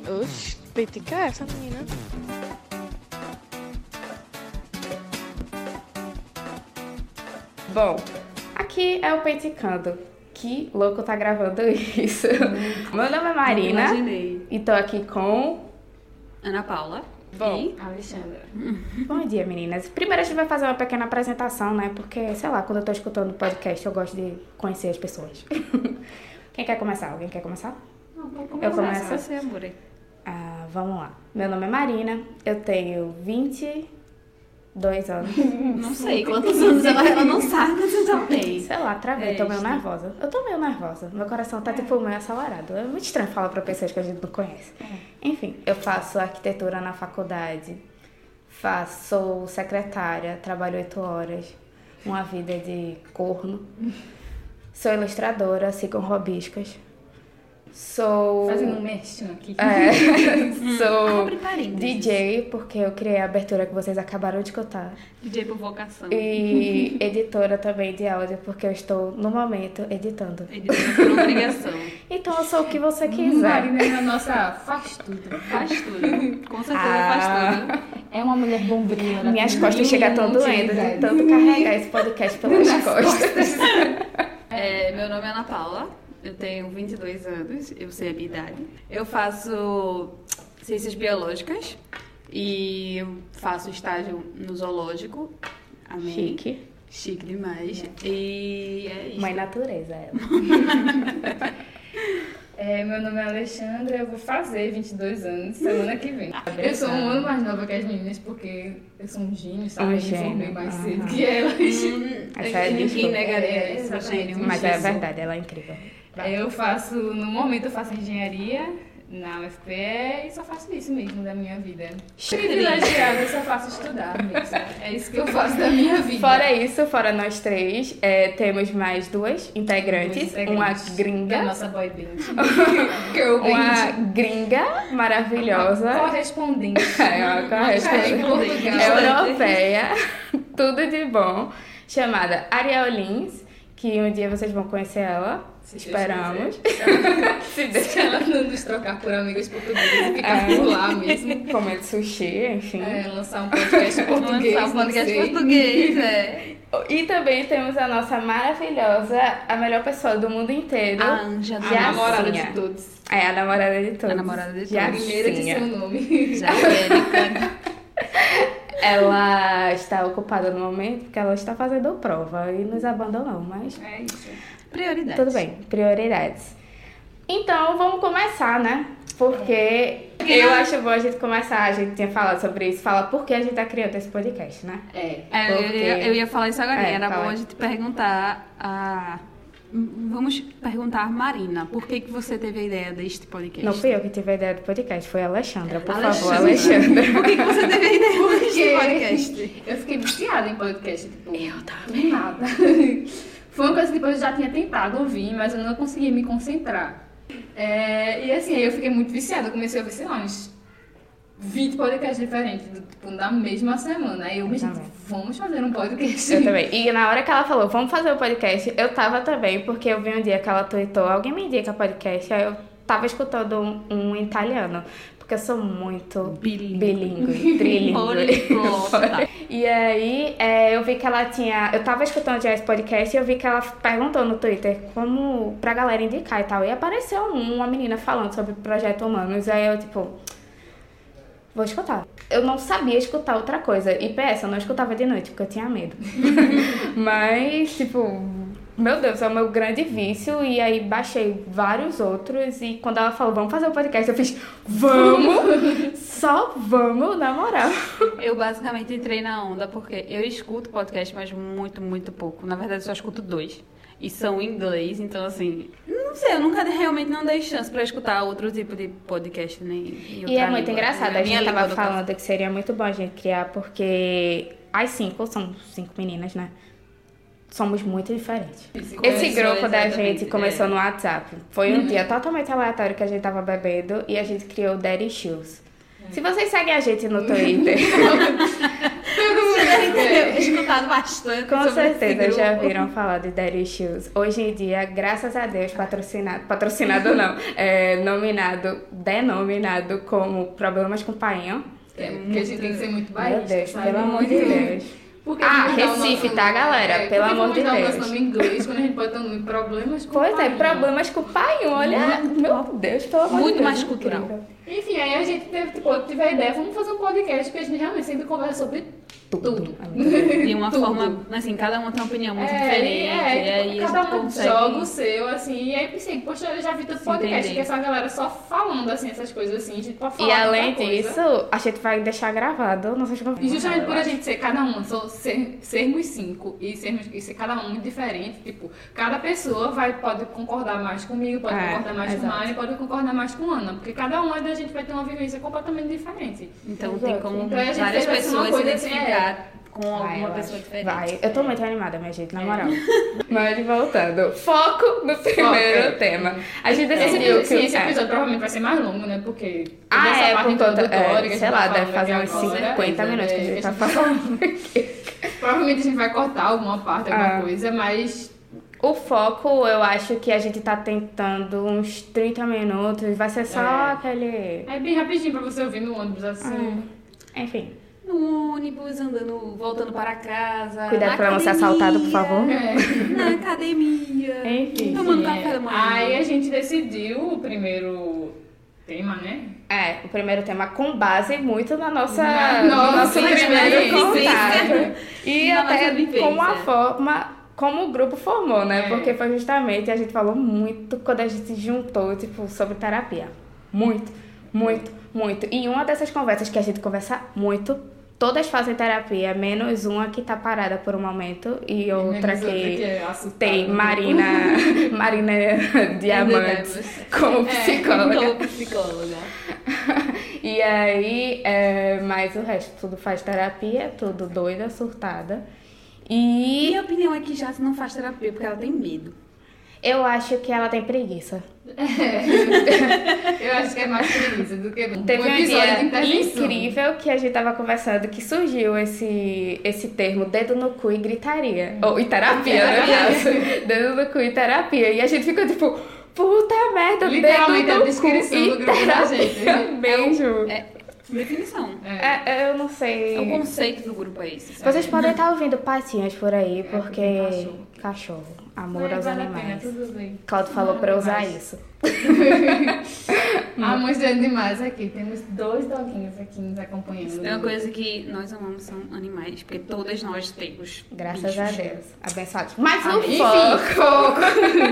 Oxi, petica é essa menina. Bom, aqui é o Peiticando. Que louco tá gravando isso. Meu nome é Marina. Imaginei. E tô aqui com... Ana Paula. Bom, E Alexandra. bom dia, meninas. Primeiro a gente vai fazer uma pequena apresentação, né? Porque, sei lá, quando eu tô escutando o podcast, eu gosto de conhecer as pessoas. Quem quer começar? Alguém quer começar? Eu começo? Você, amor. Vamos lá. Meu nome é Marina, eu tenho 22 anos. Não sei quantos anos ela não sabe quantos eu tenho. Sei lá, travei, tô meio nervosa. Eu tô meio nervosa. Meu coração tá tipo meio acelerado. É muito estranho falar pra pessoas que a gente não conhece. Enfim, eu faço arquitetura na faculdade. Sou secretária, trabalho 8 horas. Uma vida de corno. Sou ilustradora, sigo robiscas. Sou... Fazendo um merchan aqui. Sou Abre parênteses. DJ, porque eu criei a abertura que vocês acabaram de escutar. DJ por vocação. E editora também de áudio, porque eu estou, no momento, editando. Editora por obrigação. Então eu sou o que você quiser. Marina é a nossa faz tudo. Faz tudo. Com certeza faz tudo. É uma mulher bombril. ela Minhas tem costas chegam tão doendo de utilidade. tanto carregar esse podcast pelas costas. Meu nome é Ana Paula. Eu tenho 22 anos, eu sei a minha idade. Eu faço ciências biológicas e eu faço estágio no zoológico. Amém. Chique. Chique demais. E é isso. Mãe natureza, ela. Meu nome é Alexandra, eu vou fazer 22 anos semana que vem. Eu sou um ano mais nova que as meninas porque eu sou um gênio, sabe? Um Eu me formei gênio, mais aham. cedo que elas. Essa é a Ninguém desculpa. negaria esse exatamente. gênio. Mas é verdade, ela é incrível. Eu faço, no momento eu faço engenharia na UFPE e só faço isso mesmo da minha vida. Privilegiada, eu só faço estudar mesmo. É isso que eu faço da minha vida. Fora isso, fora nós três, temos mais duas integrantes. Uma Da gringa. nossa boy band. Girl Uma band. gringa maravilhosa. Correspondente. É uma correspondente Em Portugal. europeia, tudo de bom, chamada Ariel Lins, que um dia vocês vão conhecer ela, esperamos. Se Deus Se ela não nos trocar por amigas portuguesas e ficar por lá mesmo. comer sushi, enfim. Lançar um podcast português. Lançar um podcast não sei. português, é. E também temos a nossa maravilhosa, a melhor pessoa do mundo inteiro, A Anja do A namorada Jacinha. de todos. É, a namorada de todos. A namorada de todos. Primeira de Jacinha. seu nome. Angélica. Ela está ocupada no momento porque ela está fazendo prova e nos abandonou, mas É isso. Prioridade. tudo bem, prioridades. Então, vamos começar, né? Porque eu acho bom a gente começar, a gente tinha falado sobre isso, falar por que a gente tá criando esse podcast, né? Eu ia falar isso agora. Era fala. bom a gente perguntar a... Vamos perguntar a Marina, por que você teve a ideia deste podcast? Não fui eu que tive a ideia do podcast, foi a Alexandra. Por favor, Alexandra. Alexandra. Por que você teve a ideia deste Porque podcast? eu fiquei viciada em podcast, tipo, Eu do nada. Foi uma coisa que depois eu já tinha tentado ouvir, mas eu não conseguia me concentrar. E assim, aí eu fiquei muito viciada, eu comecei a ouvir, sei lá, uns 20 podcasts diferentes, tipo, na mesma semana. Aí eu, gente, também. vamos fazer um podcast. Eu também. E na hora que ela falou, vamos fazer o podcast, eu tava também, porque eu vi um dia que ela tweetou, alguém me indica podcast, aí eu tava escutando um italiano, porque eu sou muito bilíngue, trilingue. Poliglota. E aí, eu vi que ela tinha... Eu tava escutando já esse podcast e eu vi que ela perguntou no Twitter como pra galera indicar e tal. E apareceu uma menina falando sobre o Projeto Humanos. Aí eu, tipo... Vou escutar. Eu não sabia escutar outra coisa. E PS, eu não escutava de noite, porque eu tinha medo. Mas, tipo... Meu Deus, é o meu grande vício. E aí, baixei vários outros. E quando ela falou, vamos fazer o podcast, eu fiz... Vamos! Só vamos, na moral. Eu basicamente entrei na onda porque eu escuto podcast, mas muito, muito pouco. Na verdade, eu só escuto 2. E são em inglês, então assim... Não sei, eu nunca realmente não dei chance pra escutar outro tipo de podcast, nem em outra E é muito língua. engraçado, Na a minha gente língua, tava no caso. falando que seria muito bom a gente criar, porque as 5, são 5 meninas, né? Somos muito diferentes. Esse grupo da exatamente, gente começou no WhatsApp. Foi um dia totalmente aleatório que a gente tava bebendo e a gente criou Daddy Shoes. Se vocês seguem a gente no Twitter... Se quiserem escutado bastante Com sobre certeza esse já grupo. viram falar de Daddy Issues. Hoje em dia, graças a Deus, patrocinado não, denominado como problemas com painho. Porque a gente tem que ser muito Meu bairrista, Deus, sabe? pelo amor de Deus. Porque Ah, vamos dar o Recife, nosso- tá, galera? Pelo amor de Vamos dar o Deus. nosso nome em inglês, quando a gente pode ter um nome problemas com Pois é, painho. problemas com painho, olha. Meu Deus, pelo amor de Muito Deus. mais cultural. incrível. Enfim, aí a gente tive a ideia, vamos fazer um podcast que a gente realmente sempre conversa sobre tudo. De uma Tudo. forma, assim, cada um tem uma opinião muito diferente. E aí a cada gente um consegue... joga o seu, assim, e aí pensei, poxa, eu já vi tanto Se podcast, entender. que essa galera só falando, assim, essas coisas assim, a gente pode falar E além tanta coisa. disso, a gente vai deixar gravado nossas conversas. E justamente por eu a gente ser cada um, sermos 5 e ser cada um muito diferente, tipo, cada pessoa pode concordar mais comigo, pode concordar mais com exato. Mari, pode concordar mais com Ana, porque cada uma da gente vai ter uma vivência completamente diferente. Então Exato. tem como Então, a gente várias fez uma pessoas se coisa assim, identificar com Vai, alguma eu pessoa acho. diferente. Vai. Eu tô muito animada, minha gente, na moral. Mas voltando. Foco no primeiro tema. A gente decidiu que... Esse episódio provavelmente vai ser mais longo, né? Porque toda Ah, essa é, parte por conta... introdutória que a gente sei lá, tá deve falando fazer aqui uns agora, 50 minutos que a gente tá falando. Provavelmente a gente vai cortar alguma parte, alguma coisa, mas O foco, eu acho que a gente tá tentando uns 30 minutos. Vai ser só aquele... é bem rapidinho pra você ouvir no ônibus, assim. Enfim. No ônibus, andando, voltando para casa. Cuidado na pra não ser academia, assaltado, por favor. Na academia. Enfim. Tomando café da manhã. Aí a gente decidiu o primeiro tema, né? É, o primeiro tema com base muito na nossa, Na no nossa nosso primeiro experiência. contato. E Na até nossa vivência. com a forma como o grupo formou, né? É. Porque foi justamente, a gente falou muito quando a gente se juntou, tipo, sobre terapia. Muito, muito, muito. E uma dessas conversas que a gente conversa muito, todas fazem terapia, menos uma que tá parada por um momento e outra Menos outra que é assustada. tem Marina Diamantes como psicóloga. Como psicóloga. E aí, mas o resto, tudo faz terapia, tudo doida, surtada. E Minha opinião é que Jace não faz terapia porque ela tem medo. eu acho que ela tem preguiça. Eu acho que é mais preguiça do que Teve um episódio de dia intervenção. incrível que a gente tava conversando que surgiu esse termo dedo no cu e gritaria. Ou e terapia, né? Dedo no cu e terapia. E a gente ficou tipo, puta merda, Literalmente dedo a no descrição cu do e grupo da terapia gente. mesmo. Definição. Eu não sei. O conceito do grupo é esse. sabe? Vocês podem estar ouvindo patinhas por aí, porque... tem Cachorro. Amor Mas aos vale a pena, animais. tudo bem. Claudio falou pra eu usar Mas- isso. Amamos demais aqui. Temos 2 doguinhos aqui nos acompanhando. É uma coisa que nós amamos são animais, porque todas nós temos. Graças bichos. a Deus. Abençoados. Mas o Enfim, foco...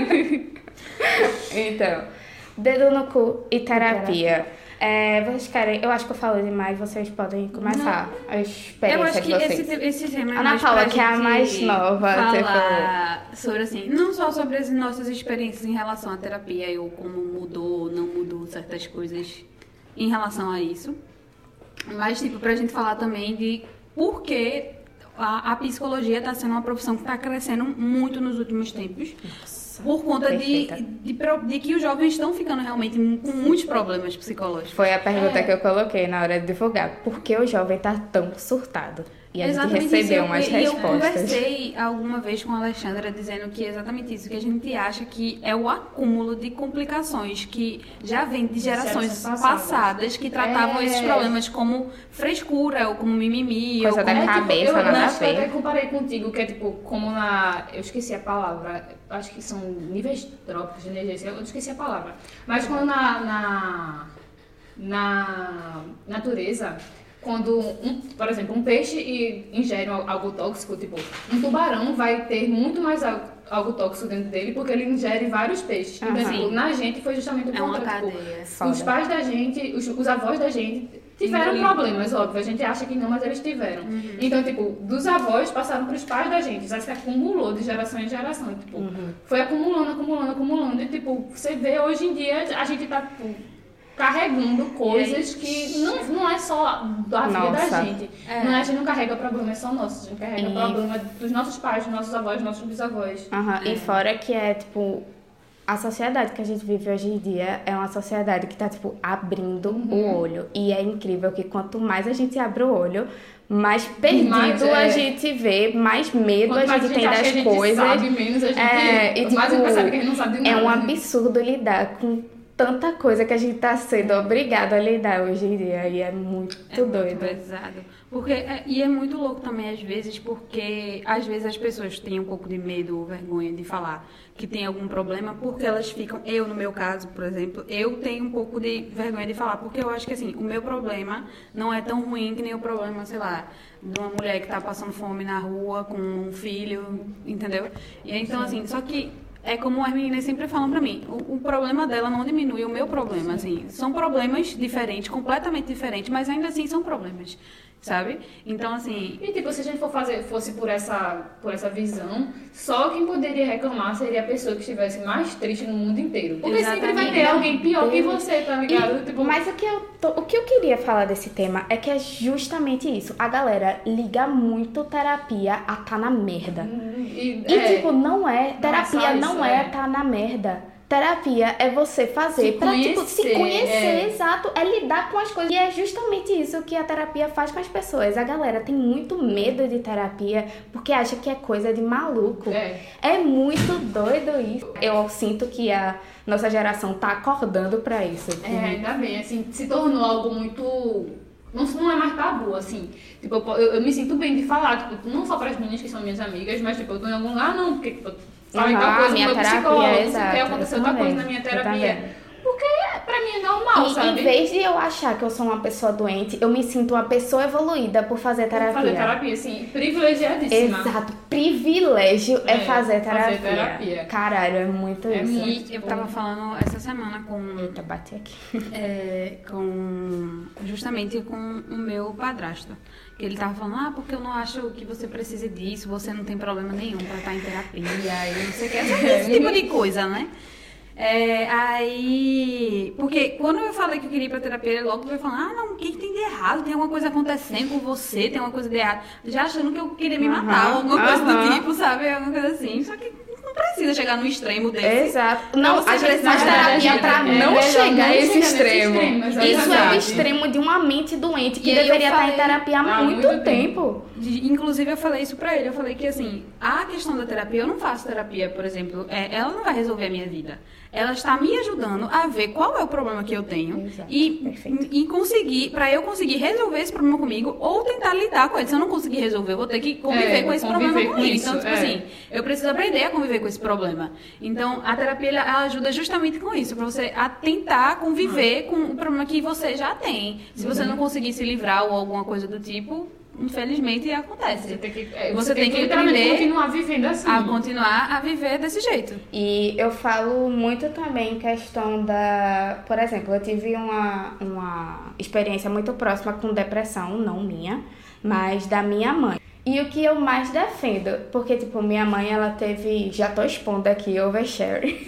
Então, dedo no cu e terapia. Vocês querem... Eu acho que eu falo demais, vocês podem começar a Eu experiência acho de que vocês. esse tema é Ana mais Paula, pra que é a gente mais nova, falar sobre assim, não só sobre as nossas experiências em relação à terapia ou como mudou ou não mudou certas coisas em relação a isso, mas tipo pra gente falar também de por que a psicologia está sendo uma profissão que está crescendo muito nos últimos tempos. Por conta perfeita. de que os jovens estão ficando realmente com muitos problemas psicológicos. Foi a pergunta que eu coloquei na hora de divulgar. Por que o jovem tá tão surtado? E a gente Exatamente recebeu isso. umas E eu respostas. conversei alguma vez com a Alexandra dizendo que é exatamente isso, que a gente acha que é o acúmulo de complicações que já vem de gerações Gerações passadas que tratavam É. esses problemas como frescura ou como mimimi. Coisa ou da como... cabeça, eu nada a acho que eu ver. até comparei contigo, que é tipo, como na... Eu esqueci a palavra. Acho que são níveis trópicos de energia. Eu esqueci a palavra. Mas quando na natureza, quando, por exemplo, um peixe ingere algo tóxico, tipo, um tubarão vai ter muito mais algo tóxico dentro dele porque ele ingere vários peixes. Então, Aham. tipo, na gente foi justamente o É uma contrário. cadeia. Foda. Os pais da gente, os avós da gente tiveram Sim. problemas, óbvio. A gente acha que não, mas eles tiveram. Então, tipo, dos avós passaram para os pais da gente. Já se acumulou de geração em geração. E, tipo, foi acumulando, acumulando, acumulando. E, tipo, você vê hoje em dia a gente tá, tipo, carregando coisas que não é só da vida da Nossa. gente. Não, a gente não carrega problemas só nossos. A gente carrega problema dos nossos pais, dos nossos avós, dos nossos bisavós. Aham, E fora que é, tipo, a sociedade que a gente vive hoje em dia é uma sociedade que tá, tipo, abrindo o olho. E é incrível que quanto mais a gente abre o olho, mais perdido a gente vê, mais medo Quanto a gente tem das coisas. Sabe, menos a gente e, mais tipo, a gente percebe que a gente não sabe de nada. É um absurdo lidar com tanta coisa que a gente tá sendo obrigado a lidar hoje em dia. E é muito doido. Muito pesado. E é muito louco também, às vezes, porque às vezes as pessoas têm um pouco de medo ou vergonha de falar que tem algum problema, porque elas ficam... Eu, no meu caso, por exemplo, eu tenho um pouco de vergonha de falar, porque eu acho que, assim, o meu problema não é tão ruim que nem o problema, sei lá, de uma mulher que tá passando fome na rua com um filho, entendeu? E então, assim, só que é como as meninas sempre falam pra mim, o problema dela não diminui o meu problema, assim. São problemas diferentes, completamente diferentes, mas ainda assim são problemas, sabe? Então, assim... E, tipo, se a gente fosse por essa visão, só quem poderia reclamar seria a pessoa que estivesse mais triste no mundo inteiro. Porque sempre vai ter alguém pior que você, tá ligado? Tipo... Mas o que eu queria falar desse tema é que é justamente isso. A galera liga muito terapia a tá na merda. Tipo, não é... Terapia não é tá na merda. Terapia é você fazer pra, tipo, se conhecer, exato. É lidar com as coisas. E é justamente isso que a terapia faz com as pessoas. A galera tem muito medo de terapia porque acha que é coisa de maluco. É muito doido isso. Eu sinto que a nossa geração tá acordando pra isso. Ainda bem, assim, se tornou algo muito... Não é mais tabu, assim. Tipo, eu me sinto bem de falar, tipo, não só para as meninas que são minhas amigas, mas, tipo, eu tô em algum lugar, não, porque, tipo, falei tal coisa no meu psicólogo, se aconteceu outra coisa na minha terapia. Porque pra mim é normal, sabe? Em vez de eu achar que eu sou uma pessoa doente, eu me sinto uma pessoa evoluída por fazer terapia. Fazer terapia, sim. Privilegiadíssima. Exato. Privilégio é fazer terapia. Caralho, é muito isso. E eu tava falando essa semana com... Eita, bati aqui. Justamente com o meu padrasto. Que ele tava falando, porque eu não acho que você precise disso, você não tem problema nenhum pra estar em terapia, e não sei o que. Esse tipo de coisa, né? Porque quando eu falei que eu queria ir pra terapia, ele logo veio falando, não, o que tem de errado? Tem alguma coisa acontecendo com você, tem alguma coisa de errado. Já achando que eu queria me matar, alguma coisa do tipo, sabe? Alguma coisa assim. Só que não precisa chegar no extremo desse. Exato. Não, a gente faz terapia pra não chegar a esse extremo. Isso é o extremo de uma mente doente que deveria estar em terapia há muito tempo. Inclusive, eu falei isso pra ele. Eu falei que, assim, a questão da terapia, eu não faço terapia, por exemplo, ela não vai resolver a minha vida. Ela está me ajudando a ver qual é o problema que eu tenho. Exato, e conseguir, pra eu conseguir resolver esse problema comigo ou tentar lidar com ele. Se eu não conseguir resolver, eu vou ter que conviver com esse problema comigo. Então, tipo assim, eu preciso aprender a conviver com esse problema. Então, a terapia, ela ajuda justamente com isso, pra você a tentar conviver com o problema que você já tem. Se você não conseguir se livrar ou alguma coisa do tipo, infelizmente acontece. Você tem que aprender continuar vivendo assim. A continuar a viver desse jeito. E eu falo muito também em questão da... Por exemplo, eu tive uma experiência muito próxima com depressão, não minha, mas da minha mãe. E o que eu mais defendo, porque, tipo, minha mãe, ela teve... Já tô expondo aqui, overshare.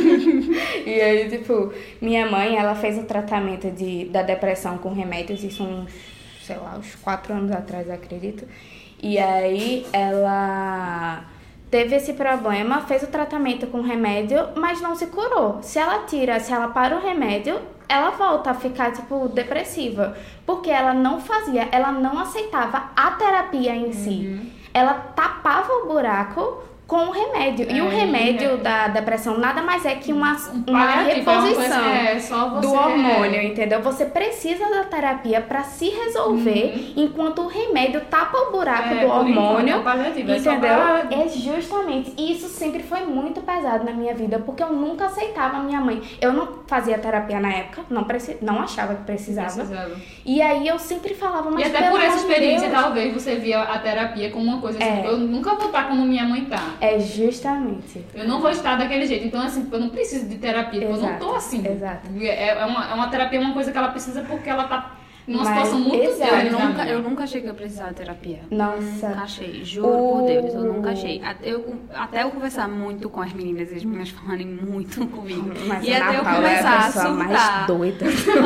E aí, tipo, minha mãe, ela fez o tratamento da depressão com remédios, isso sei lá, uns 4 anos atrás, acredito. E aí ela teve esse problema, fez o tratamento com remédio, mas não se curou. Se ela para o remédio, ela volta a ficar, tipo, depressiva. Porque ela não aceitava a terapia em si. Ela tapava o buraco com o remédio. E o remédio da depressão nada mais é que uma reposição do hormônio, entendeu? Você precisa da terapia para se resolver, enquanto o remédio tapa o buraco do hormônio, entendeu? É justamente. E isso sempre foi muito pesado na minha vida, porque eu nunca aceitava a minha mãe. Eu não fazia terapia na época, não achava que precisava. E aí eu sempre falava, mas e até por essa experiência, talvez você via a terapia como uma coisa assim, eu nunca vou estar como minha mãe tá. É justamente. Eu não vou estar daquele jeito. Então, assim, eu não preciso de terapia, porque eu não tô assim. Exato. É uma terapia, uma coisa que ela precisa porque ela tá numa situação muito doida. Eu nunca achei que eu precisava de terapia. Nossa. Nunca achei. Juro por Deus, eu nunca achei. Até eu conversar muito com as meninas, e as meninas falarem muito comigo. Mas e até eu começar a surtar. Mais doida.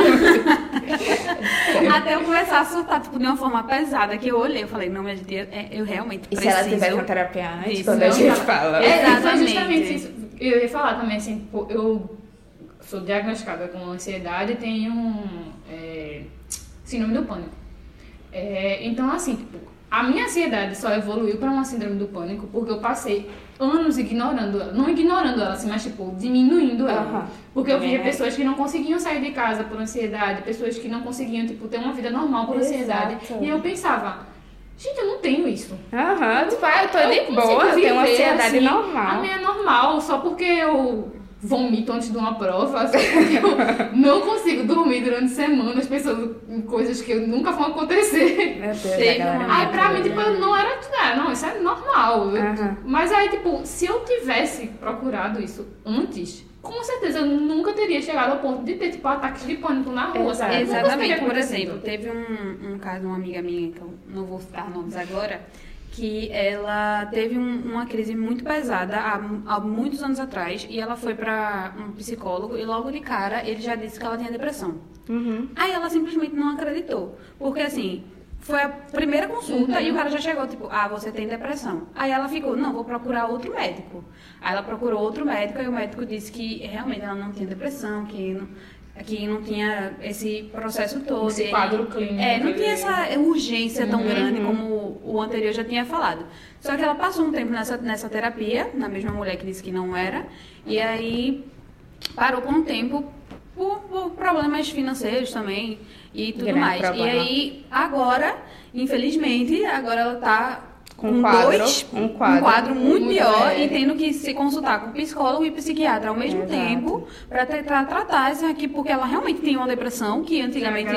Até eu começar a surtar, tipo, de uma forma pesada, que eu olhei, eu falei, não, mas eu realmente preciso. E se ela tiver com terapia antes, quando a gente fala. Exatamente. Justamente isso. Eu ia falar também, assim, tipo, eu sou diagnosticada com ansiedade e tenho síndrome do pânico. Então, assim, tipo, a minha ansiedade só evoluiu para uma síndrome do pânico porque eu passei anos ignorando ela. Não ignorando ela, assim, mas, tipo, diminuindo ela. Porque eu via pessoas que não conseguiam sair de casa por ansiedade, pessoas que não conseguiam, tipo, ter uma vida normal por ansiedade. E eu pensava, gente, eu não tenho isso. Tipo, eu tô de boa, eu tenho uma ansiedade assim, normal. A minha é normal, só porque eu vomito antes de uma prova, só porque eu não consigo dormir durante semanas pensando em coisas que nunca vão acontecer. Meu Deus, Teve a galera. Aí pra mim, tipo, não era, não, isso é normal. Mas aí, tipo, se eu tivesse procurado isso antes, com certeza eu nunca teria chegado ao ponto de ter, tipo, ataques de pânico na rua, sabe? Exatamente. Por exemplo, teve um caso, uma amiga minha, que eu não vou citar nomes agora, que ela teve uma crise muito pesada há muitos anos atrás e ela foi para um psicólogo e logo de cara ele já disse que ela tinha depressão. Aí ela simplesmente não acreditou, porque assim, foi a primeira consulta e o cara já chegou, tipo, você tem depressão. Aí ela ficou, não, vou procurar outro médico. Aí ela procurou outro médico e o médico disse que realmente ela não tinha depressão, que não tinha esse processo todo. Esse quadro clínico. Não tinha essa urgência tão grande como o anterior já tinha falado. Só que ela passou um tempo nessa terapia, na mesma mulher que disse que não era, e aí parou por um tempo por problemas financeiros também e tudo Grande mais. problema. E aí, agora, infelizmente, ela tá Com um quadro muito pior e tendo que se consultar com psicólogo e psiquiatra ao mesmo tempo para tentar tratar isso aqui, porque ela realmente tem uma depressão que antigamente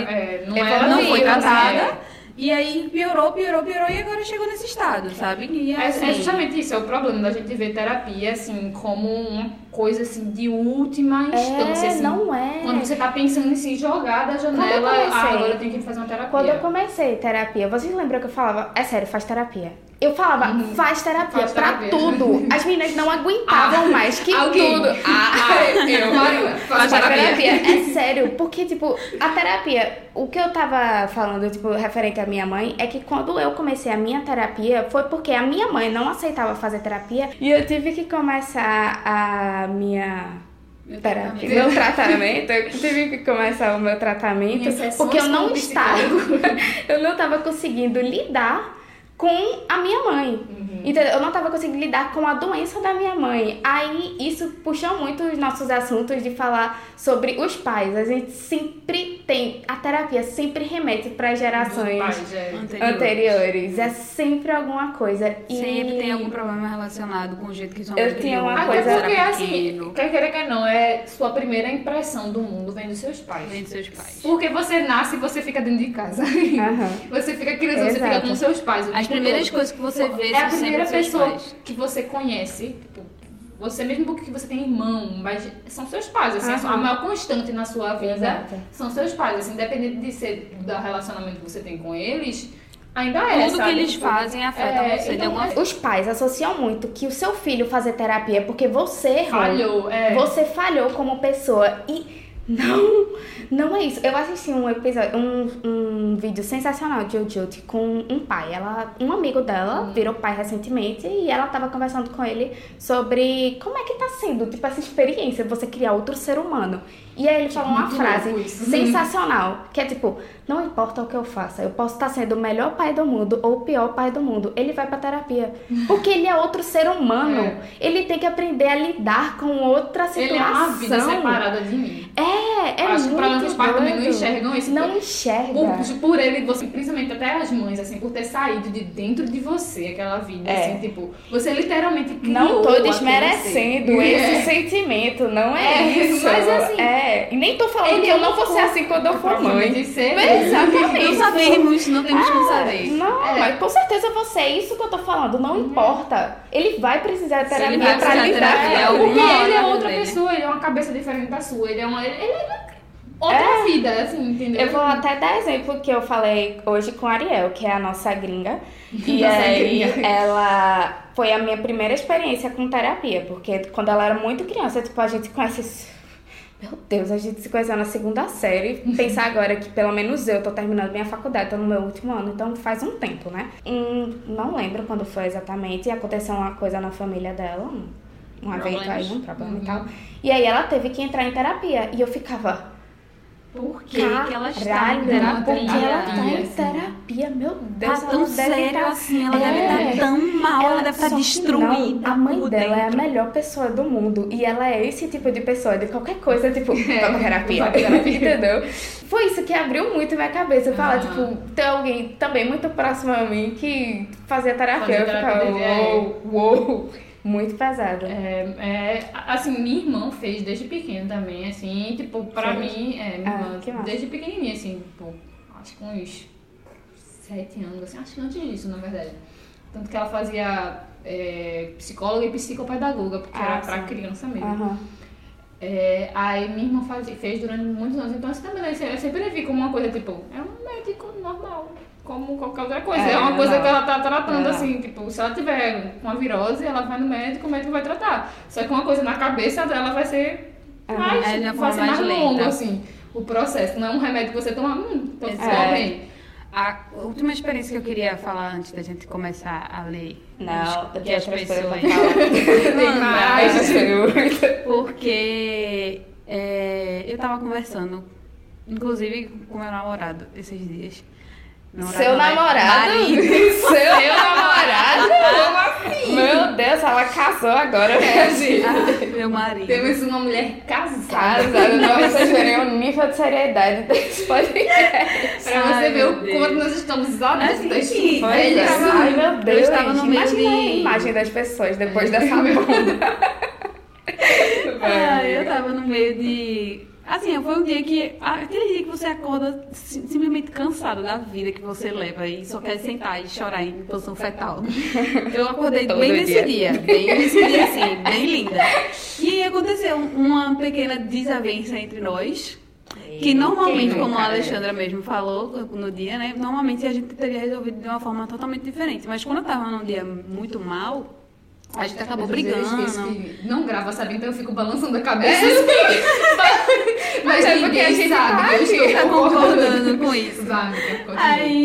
não foi tratada. E aí piorou e agora chegou nesse estado, sabe? E É justamente isso, é o problema da gente ver terapia, assim, como uma coisa, assim, de última instância, assim. Não é. Quando você tá pensando em se jogar da janela, agora eu tenho que fazer uma terapia. Quando eu comecei terapia, vocês lembram que eu falava, é sério, faz terapia? Eu falava, faz terapia Faz pra terapia. tudo. As meninas não aguentavam mais que alguém. tudo. Marina, Faz terapia. É sério, porque, tipo, a terapia, o que eu tava falando, tipo, referente à minha mãe, é que quando eu comecei a minha terapia, foi porque a minha mãe não aceitava fazer terapia e eu tive que começar a minha terapia, meu tratamento, eu tive que começar o meu tratamento, porque eu não estava conseguindo lidar com a minha mãe. Entendeu? Eu não estava conseguindo lidar com a doença da minha mãe. Aí isso puxou muito os nossos assuntos de falar sobre os pais. A gente sempre tem, a terapia sempre remete para gerações anteriores. É sempre alguma coisa. Sempre tem algum problema relacionado com o jeito que sua mãe Eu tinha uma criou, coisa quando porque, era assim, pequeno. quer queira, quer não, é sua primeira impressão do mundo vem dos seus pais. Vem dos seus pais. Porque você nasce e você fica dentro de casa. Você fica criança, você fica com seus pais. As primeiras coisas que você vê é a são primeira sempre seus pessoa pais. que você conhece, tipo, você mesmo porque você tem irmão, mas são seus pais, assim, a maior constante na sua vida são seus pais, assim, independente de ser do relacionamento que você tem com eles, ainda é, Tudo sabe? que eles fazem afeta você de alguma forma. Os pais associam muito que o seu filho fazer terapia porque você errou. Falhou, Você falhou como pessoa e não é isso. Eu assisti um episódio, um vídeo sensacional de Jujutsu com um pai. Um amigo dela virou pai recentemente e ela tava conversando com ele sobre como é que tá sendo, tipo, essa experiência, você criar outro ser humano. E aí ele falou uma frase sensacional, que é tipo, não importa o que eu faça, eu posso estar sendo o melhor pai do mundo ou o pior pai do mundo, ele vai pra terapia. Porque ele é outro ser humano. Ele tem que aprender a lidar com outra situação. Ele é uma vida separada de mim. Acho que para os pais também não enxergam isso. Não enxerga. Por ele, você, principalmente até as mães, assim, por ter saído de dentro de você, aquela vida, assim, tipo, você literalmente criou. Não tô desmerecendo esse sentimento, não é isso. Mas assim, e nem tô falando que eu não vou ser assim quando eu for mãe. Exatamente. Não sabemos, não temos como saber. Não, mas com certeza você, é isso que eu tô falando, não importa. Ele vai precisar de terapia vai pra precisar de lidar. terapia, porque alguma ele é hora outra dele. pessoa, ele é uma cabeça diferente da sua, ele é outra vida, assim, entendeu? Eu vou até dar exemplo que eu falei hoje com a Ariel, que é a nossa gringa. E Nossa aí, gringa. ela foi a minha primeira experiência com terapia, porque quando ela era muito criança, tipo, a gente conhece... Meu Deus, a gente se conheceu na segunda série. Pensar agora que pelo menos eu tô terminando minha faculdade, tô no meu último ano, então faz um tempo, né? Não lembro quando foi exatamente, e aconteceu uma coisa na família dela. um evento aí, um problema Uhum. e tal. E aí ela teve que entrar em terapia. E eu ficava... Por que ela está em Caralho, terapia? porque ela tá em assim. terapia, meu Deus. Tá tão ela deve sério tá- assim, ela deve estar tão mal, ela deve estar só que destruída. não, a mãe por dela é a dentro. melhor pessoa do mundo. E ela é esse tipo de pessoa, de qualquer coisa, tipo, vamos terapia. vai pra terapia. Entendeu? Foi isso que abriu muito minha cabeça. Falar, Ah. tipo, tem alguém também muito próximo a mim que fazia terapia. Fazia Eu terapia ficava, dele, uou. Muito pesado. Assim, minha irmã fez desde pequena também, assim, tipo, pra Sério? mim, minha irmã, que massa. desde pequenininha, assim, tipo, acho que uns 7 anos, assim, acho que antes disso, na verdade. Tanto que ela fazia psicóloga e psicopedagoga, porque era pra sim. criança mesmo. Aham. Aí minha irmã fez durante muitos anos, então assim, também eu sempre vi como uma coisa, tipo, é um médico normal, como qualquer outra coisa. É uma coisa não. que ela tá tratando, Não. assim, tipo, se ela tiver uma virose, ela vai no médico, o médico vai tratar. Só que uma coisa na cabeça dela vai ser mais, É de uma vai forma ser mais mais longo, lenta. assim, o processo. Não é um remédio que você toma, tô Exato. bem. A última experiência que eu queria falar antes da gente começar a ler Não, o que as pessoas... Tem mais. Porque eu tava conversando, inclusive com meu namorado esses dias. Seu namorado? Marido. Seu namorado? Como assim? Meu Deus, ela casou agora, né, gente? Meu marido. Temos uma mulher casada. Casada, não vocês verem o nível de seriedade desse podcast. Pra você Ai, ver o meu Deus. quanto nós estamos adultas. Assim, Pois é. velhas. Ai, meu Deus. Eu estava no meio Imagina a de- imagem das pessoas depois dessa bomba. Eu tava no meio de... Assim, foi um dia que... Aquele dia que você acorda simplesmente cansado da vida que você leva e só quer sentar e chorar em posição fetal. Eu acordei Todo bem nesse dia. dia. Bem nesse dia, assim, bem linda. E aconteceu uma pequena desavença entre nós. Que normalmente, Quem como nunca, a Alexandra mesmo falou no dia, né? Normalmente a gente teria resolvido de uma forma totalmente diferente. Mas quando eu tava num dia muito mal, a gente acabou Às vezes eu brigando. esqueço que não grava, sabe? Então eu fico balançando a cabeça. Mas É porque a ninguém gente sabe tá que eu estou Tá concordando com isso. Vai, amiga, continua.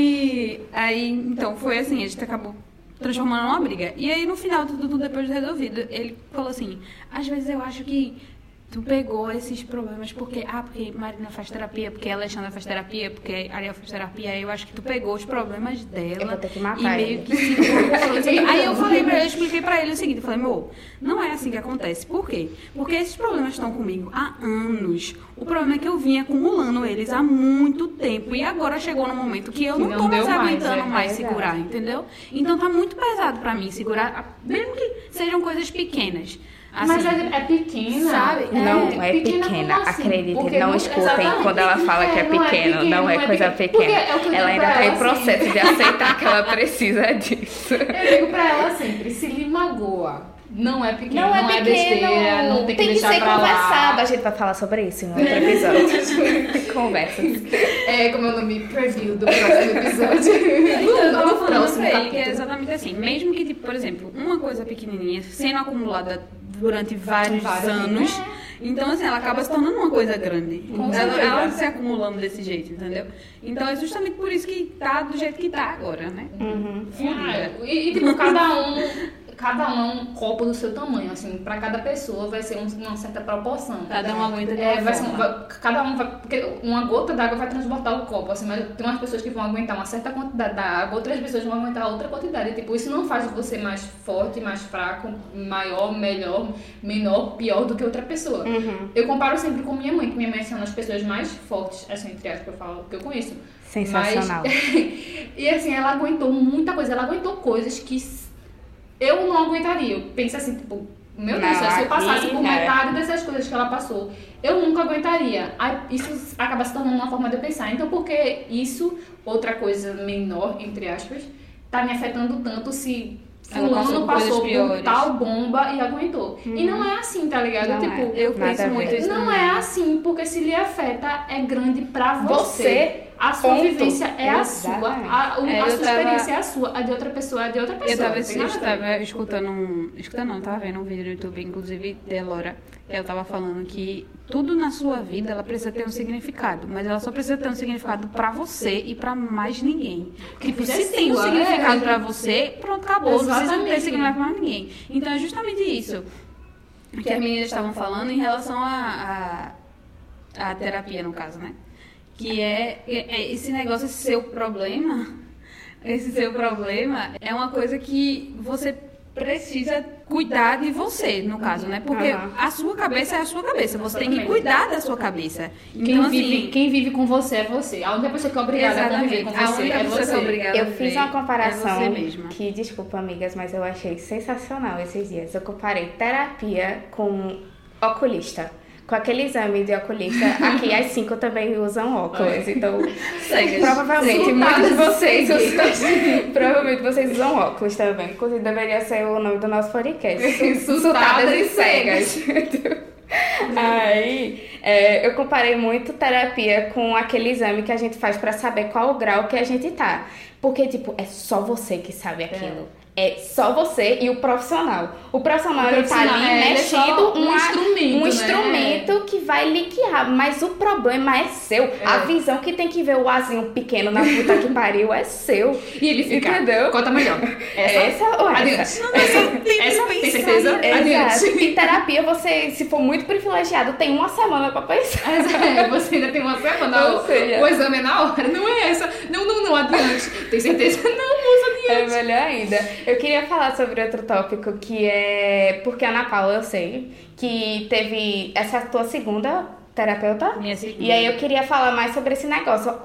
Aí, então, foi assim, a gente acabou transformando numa briga. E aí, no final, tudo depois de resolvido, ele falou assim, às vezes eu acho que tu pegou esses problemas porque Marina faz terapia, porque a Alexandra faz terapia, porque a Ariel faz terapia, aí eu acho que tu pegou os problemas dela Eu vou ter que matar e meio ele. que se incorporou. Aí eu falei pra ele, eu expliquei pra ele o seguinte, eu falei, amor, não é assim que acontece. Por quê? Porque esses problemas estão comigo há anos. O problema é que eu vinha acumulando eles há muito tempo. E agora chegou no momento que eu Que não não tô mais deu mais, aguentando mais Exato. segurar, entendeu? Então tá muito pesado pra mim segurar, mesmo que sejam coisas pequenas. Assim, Mas é pequena. sabe? Não é pequena pequena, como assim? acreditem, Porque não escutem exatamente. quando ela fala que é Não é pequeno, pequeno, não é coisa pequeno. Porque pequena. é o que eu digo Ela ainda pra tá em ela, processo assim. de aceitar que ela precisa disso. Eu digo pra ela sempre, se lhe magoa, não é pequeno, Não é pequeno, besteira, não tem que deixar ser pra conversado. lá. A gente vai falar sobre isso em outro episódio. Conversas. Como é o nome preview do próximo episódio. Então, eu tava No falando próximo pra ele que é capítulo. exatamente assim. Mesmo que, tipo, por exemplo, uma coisa pequenininha sendo acumulada durante vários anos, então, assim, ela acaba se tornando uma coisa grande. Ela se acumulando desse jeito, entendeu? Então, é justamente por isso que tá do jeito que tá agora, né? Fudida. Tipo, cada um é um copo do seu tamanho, assim, pra cada pessoa vai ser uma certa proporção. Cada um aguenta de uma vai ser, forma. cada um vai, porque uma gota d'água vai transbordar o copo, assim, mas tem umas pessoas que vão aguentar uma certa quantidade da água, outras pessoas vão aguentar outra quantidade. Tipo, isso não faz você mais forte, mais fraco, maior, melhor, menor, pior do que outra pessoa. Eu comparo sempre com minha mãe, que minha mãe é uma das pessoas mais fortes, assim, entre aspas, eu falo que eu conheço. Sensacional. E assim, ela aguentou muita coisa, ela aguentou coisas que eu não aguentaria. Eu penso assim, tipo, meu Deus, Não, se eu passasse aqui, por né? metade dessas coisas que ela passou, eu nunca aguentaria. Aí, isso acaba se tornando uma forma de eu pensar. Então, por que isso, outra coisa menor, entre aspas, tá me afetando tanto se Ela passou fulano por coisas passou por piores. tal bomba e aguentou? E não é assim, tá ligado? Não Tipo, é. Eu Nada penso a muito ver. isso não também. é assim, porque se lhe afeta, é grande pra você. Você, A sua ponto. vivência é a sua. Exatamente. A sua eu tava- experiência é a sua. A de outra pessoa é de outra pessoa. Eu tava, Tem nada a ver. escutando não, tava vendo um vídeo no YouTube, inclusive, de Elora, que ela tava falando que tudo na sua vida, ela precisa ter um significado, mas ela só precisa ter um significado pra você e pra mais ninguém. Tipo, é se tem um sua, significado é. pra você, pronto, acabou, não precisa ter Exatamente. significado pra ninguém. Então, é justamente isso. que as meninas estavam falando em relação à terapia, no caso, né? Que é esse negócio, esse seu problema é uma coisa que você precisa cuidar de você, no caso, né? Porque a sua cabeça é a sua cabeça. Você tem que cuidar da sua cabeça. Então, quem vive com você é você. A única pessoa que é obrigada a conviver com você é você. Eu fiz uma comparação que, desculpa, amigas, mas eu achei sensacional esses dias. Eu comparei terapia com oculista. Com aquele exame de oculista, aqui as 5 também usam óculos, então provavelmente muitos de vocês usam óculos também. Inclusive deveria ser o nome do nosso podcast. Surtadas e cegas. Aí, eu comparei muito terapia com aquele exame que a gente faz pra saber qual o grau que a gente tá. Porque, tipo, é só você que sabe aquilo. É só você e o profissional. O profissional ele tá ali mexido um instrumento que vai liquear. Mas o problema é seu. A visão que tem que ver o azinho pequeno na puta que pariu é seu. E ele fica, entendeu? Conta melhor. Essa ou essa? Essa tem certeza? Exato. E terapia, você, se for muito privilegiado, tem uma semana pra pensar. Você ainda tem uma semana. O exame é na hora. Não é essa. Não, adiante. Tem certeza? Não, moça, adiante. É melhor ainda. Eu queria falar sobre outro tópico, que é... Porque a Ana Paula, eu sei, que teve... Essa é a tua segunda terapeuta? Minha segunda. E aí eu queria falar mais sobre esse negócio.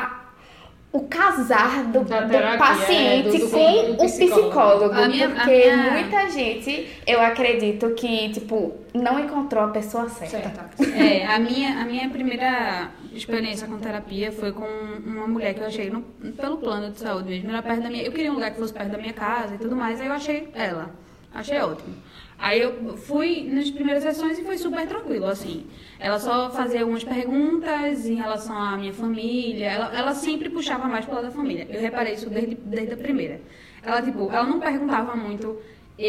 O casar do paciente com o psicólogo. Porque muita gente, eu acredito que, tipo, não encontrou a pessoa certa. A minha primeira experiência com terapia foi com uma mulher que eu achei pelo plano de saúde mesmo. Era perto da minha... Eu queria um lugar que fosse perto da minha casa e tudo mais, aí eu achei ela. Achei ótimo. Aí eu fui nas primeiras sessões e foi super tranquilo, assim. Ela só fazia algumas perguntas em relação à minha família. Ela sempre puxava mais pro lado da família. Eu reparei isso desde a primeira. Ela não perguntava muito...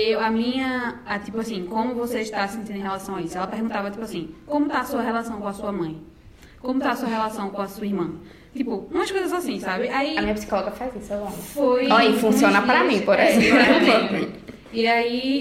tipo assim, como você está se sentindo em relação a isso? Ela perguntava, tipo assim, como está a sua relação com a sua mãe? Como está a sua relação com a sua irmã? Tipo, umas coisas assim, sabe? Aí, a minha psicóloga faz isso, eu amo. E funciona pra mim, por exemplo. E aí,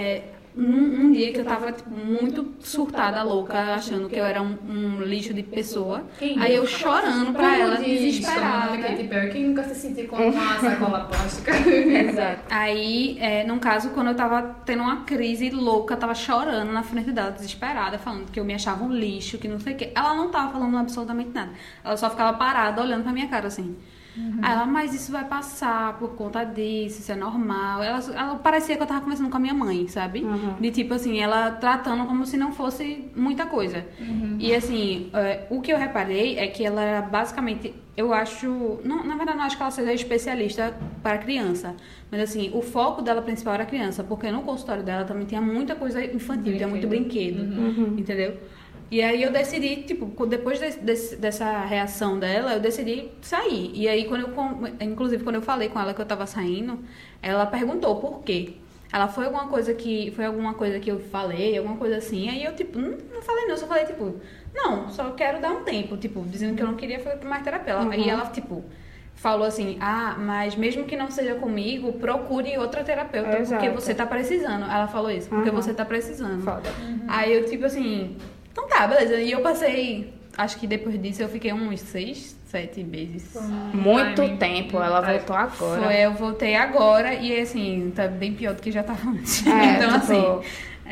um dia que eu tava tipo, muito surtada, louca, achando que eu era um lixo de pessoa. Aí eu chorando pra ela, desesperada. Quem nunca se sentiu com uma sacola plástica? Exato. Aí, num caso, quando eu tava tendo uma crise louca, tava chorando na frente dela, desesperada, falando que eu me achava um lixo, que não sei o quê. Ela não tava falando absolutamente nada. Ela só ficava parada, olhando pra minha cara, assim. Aí ela, mas isso vai passar por conta disso, isso é normal. Ela parecia que eu tava conversando com a minha mãe, sabe? De tipo assim, ela tratando como se não fosse muita coisa. E assim, o que eu reparei é que ela era basicamente, eu acho, na verdade não acho que ela seja especialista para criança, mas assim, o foco dela principal era criança, porque no consultório dela também tinha muita coisa infantil, tinha muito brinquedo, entendeu? E aí eu decidi, tipo, depois dessa reação dela, eu decidi sair. E aí, inclusive, quando eu falei com ela que eu tava saindo, ela perguntou por quê. Ela, foi alguma coisa que eu falei, alguma coisa assim. Aí eu, tipo, não falei não, só falei, tipo, não, só quero dar um tempo, tipo, dizendo que eu não queria fazer mais terapia. E ela, tipo, falou assim, mas mesmo que não seja comigo, procure outra terapeuta, porque você tá precisando. Ela falou isso, porque você tá precisando. Foda. Aí eu, tipo assim... Então tá, beleza. E eu passei, acho que depois disso eu fiquei uns 6, 7 meses. Muito tempo, ela voltou agora. Eu voltei agora e assim, tá bem pior do que já tava antes. Então assim...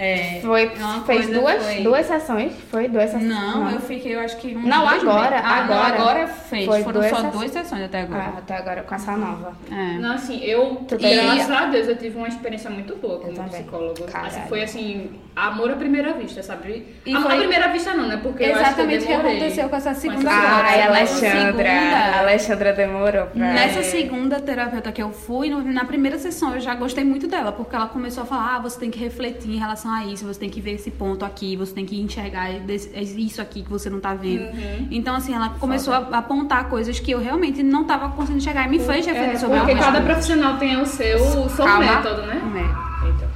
fez duas sessões? Foi 2 sessões? Não, eu fiquei, eu acho que... Não, agora. Agora fez. Foram só 2 sessões sessões até agora. Até agora, com essa nova. Não, assim, graças a Deus, eu tive uma experiência muito boa como psicólogo. Assim, foi assim, amor à primeira vista, sabe? Amor à primeira vista não, né? Porque exatamente o que aconteceu com essa segunda agora. A Alexandra demorou pra... Nessa segunda terapeuta que eu fui, na primeira sessão, eu já gostei muito dela, porque ela começou a falar, você tem que refletir em relação a isso, você tem que ver esse ponto aqui, você tem que enxergar isso aqui que você não tá vendo. Então, assim, ela começou a apontar coisas que eu realmente não tava conseguindo enxergar e me fez refletir sobre porque cada profissional tem o seu método, né? Eita.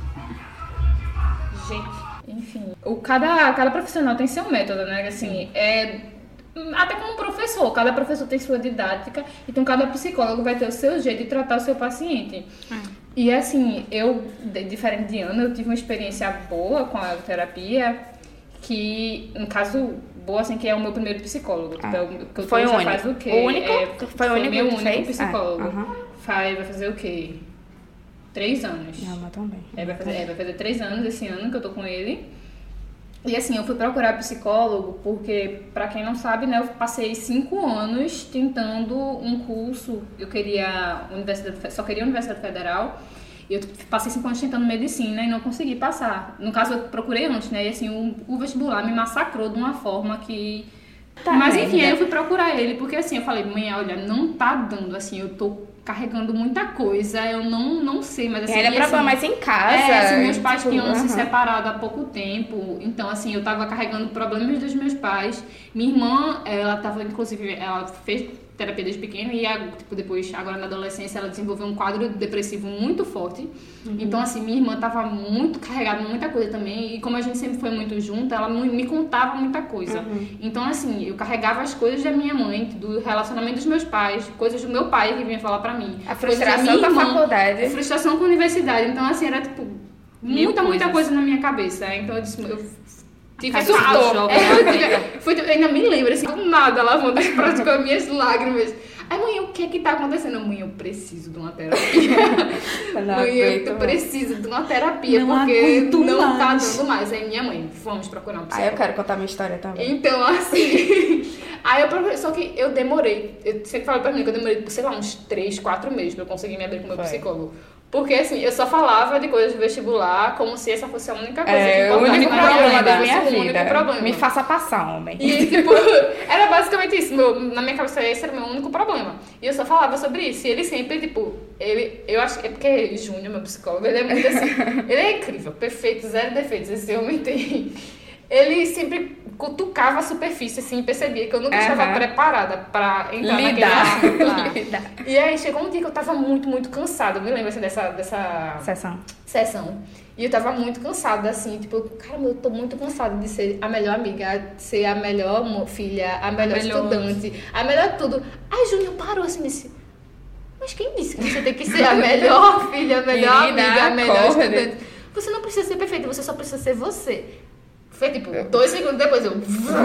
Gente, enfim. Cada profissional tem seu método, né? Assim, até como professor, cada professor tem sua didática, então cada psicólogo vai ter o seu jeito de tratar o seu paciente. E assim, diferente de Ana, eu tive uma experiência boa com a terapia, que, no caso, boa assim, que é o meu primeiro psicólogo. Tipo, que eu Foi o já único? faz o quê? O único? Foi o único meu que único fez? psicólogo. Vai fazer o quê? 3 anos. Não, mas também. Vai fazer 3 anos esse ano que eu tô com ele. E assim, eu fui procurar psicólogo porque, pra quem não sabe, né, eu passei 5 anos tentando um curso. Eu queria só queria Universidade Federal. E eu passei 5 anos tentando medicina e não consegui passar. No caso, eu procurei antes, né? E assim, o vestibular me massacrou de uma forma que... Mas enfim, aí eu fui procurar ele, porque assim, eu falei, mãe, olha, não tá dando, assim, eu tô carregando muita coisa, eu não sei, mas assim... E ainda problema mais em casa. Assim, meus pais tinham se separado há pouco tempo, então assim, eu tava carregando problemas dos meus pais. Minha irmã, ela tava, inclusive, ela fez terapia desde pequena e tipo, depois, agora na adolescência, ela desenvolveu um quadro depressivo muito forte. Então, assim, minha irmã tava muito carregada, muita coisa também, e como a gente sempre foi muito junta, ela me contava muita coisa. Então, assim, eu carregava as coisas da minha mãe, do relacionamento dos meus pais, coisas do meu pai que vinha falar pra mim. A frustração com a faculdade. A frustração com a universidade. Então, assim, era, tipo, muita coisa na minha cabeça. Então, eu disse, tive esse eu ainda me lembro, assim, do nada, lavando os pratos com as minhas lágrimas. Aí, mãe, o que tá acontecendo? Mãe, eu preciso de uma terapia. Mãe, eu preciso de uma terapia, porque não tá dando mais. Aí, minha mãe, vamos procurar um psicólogo. Aí eu quero contar minha história também. Então, assim... Aí eu procurei, só que eu demorei. Eu sempre falo pra mim que eu demorei, sei lá, uns 3, 4 meses pra eu conseguir me abrir com o meu psicólogo. Porque, assim, eu só falava de coisas do vestibular como se essa fosse a única coisa que o único problema da minha vida. O único problema. Me faça passar, homem. E, tipo, era basicamente isso. Na minha cabeça, esse era o meu único problema. E eu só falava sobre isso. E ele sempre, tipo, eu acho que é porque Júnior, meu psicólogo, ele é muito assim, ele é incrível, perfeito, 0 defeitos. Esse homem tem... Ele sempre cutucava a superfície, assim, e percebia que eu nunca estava preparada pra entrar naquele assunto. E aí chegou um dia que eu tava muito cansada. Eu me lembro, assim, dessa sessão. E eu tava muito cansada, assim, tipo, caramba, eu tô muito cansada de ser a melhor amiga, de ser a melhor filha, a melhor estudante, a melhor tudo. Aí Júnior parou assim e disse, mas quem disse que você tem que ser a melhor filha, a melhor amiga, a melhor estudante? Você não precisa ser perfeita, você só precisa ser você. Foi tipo, 2 segundos depois eu...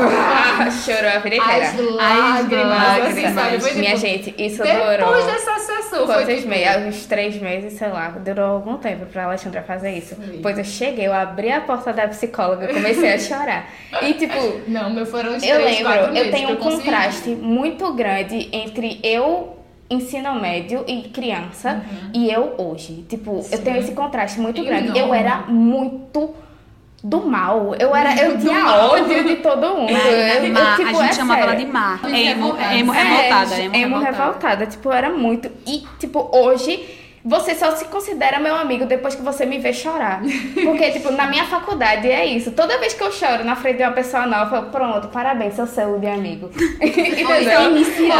Chorou a vida inteira. As lágrimas, assim, sabe? Foi, tipo, minha gente, isso depois durou... Depois dessa sessão, foi tipo... uns 3 meses, sei lá, durou algum tempo pra Alexandra fazer isso. Pois eu cheguei, eu abri a porta da psicóloga, comecei a chorar. E tipo... Não, meu foram uns 3, eu lembro, 4 meses eu tenho um contraste muito grande entre eu... ensino médio e criança e eu hoje. Tipo, eu tenho esse contraste muito grande. Eu era muito do mal. Eu tinha ódio de todo mundo. Tipo, a gente chamava ela de Má. Emo revoltada. Emo revoltada. Tipo, eu era muito. E, tipo, hoje... Você só se considera meu amigo depois que você me vê chorar. Porque, tipo, na minha faculdade é isso. Toda vez que eu choro na frente de uma pessoa nova, eu falo, pronto, parabéns, eu sou de amigo. Entendeu?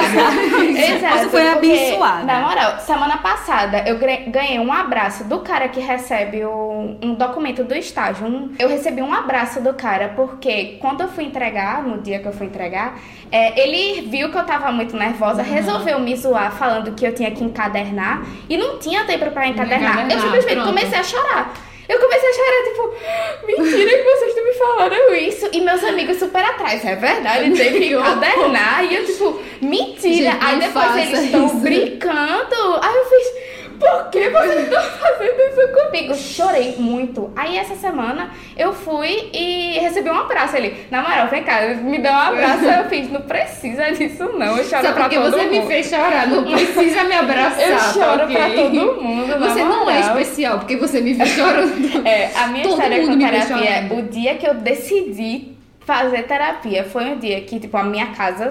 Exato. Você foi abençoada. Na moral, semana passada eu ganhei um abraço do cara que recebe um documento do estágio. Eu recebi um abraço do cara porque quando eu fui entregar, no dia que eu fui entregar, ele viu que eu tava muito nervosa, resolveu me zoar falando que eu tinha que encadernar e não tinha tempo pra encadernar. Eu simplesmente comecei a chorar. Eu comecei a chorar, tipo, mentira que vocês estão me falando isso. E meus amigos super atrás, é verdade, tem que encadernar. E eu, tipo, mentira. Gente, aí depois eles estão brincando. Aí eu fiz, por que vocês estão fazendo isso comigo? Chorei muito. Aí essa semana eu fui e recebi um abraço ali. Na moral, vem cá, me dá um abraço. Eu fiz, não precisa disso não. Eu choro só pra todo mundo. Porque você me fez chorar, não precisa me abraçar. Eu choro okay? pra todo mundo. Você não é especial, porque você me viu chorando. A minha história com terapia, o dia que eu decidi fazer terapia, foi um dia que, tipo, a minha casa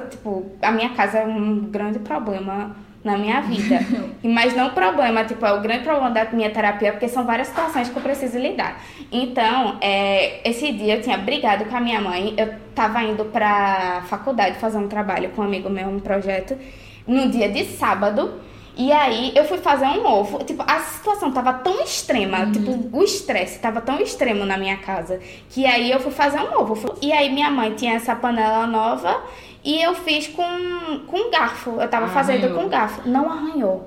é um grande problema na minha vida. Mas não problema, tipo, é o grande problema da minha terapia, porque são várias situações que eu preciso lidar. Então, esse dia eu tinha brigado com a minha mãe, eu tava indo pra faculdade fazer um trabalho com um amigo meu, um projeto, no dia de sábado, e aí eu fui fazer um ovo, tipo, a situação tava tão extrema, tipo, o estresse tava tão extremo na minha casa, que aí eu fui fazer um ovo. E aí minha mãe tinha essa panela nova, e eu fiz com garfo. Eu tava fazendo com garfo. Não arranhou.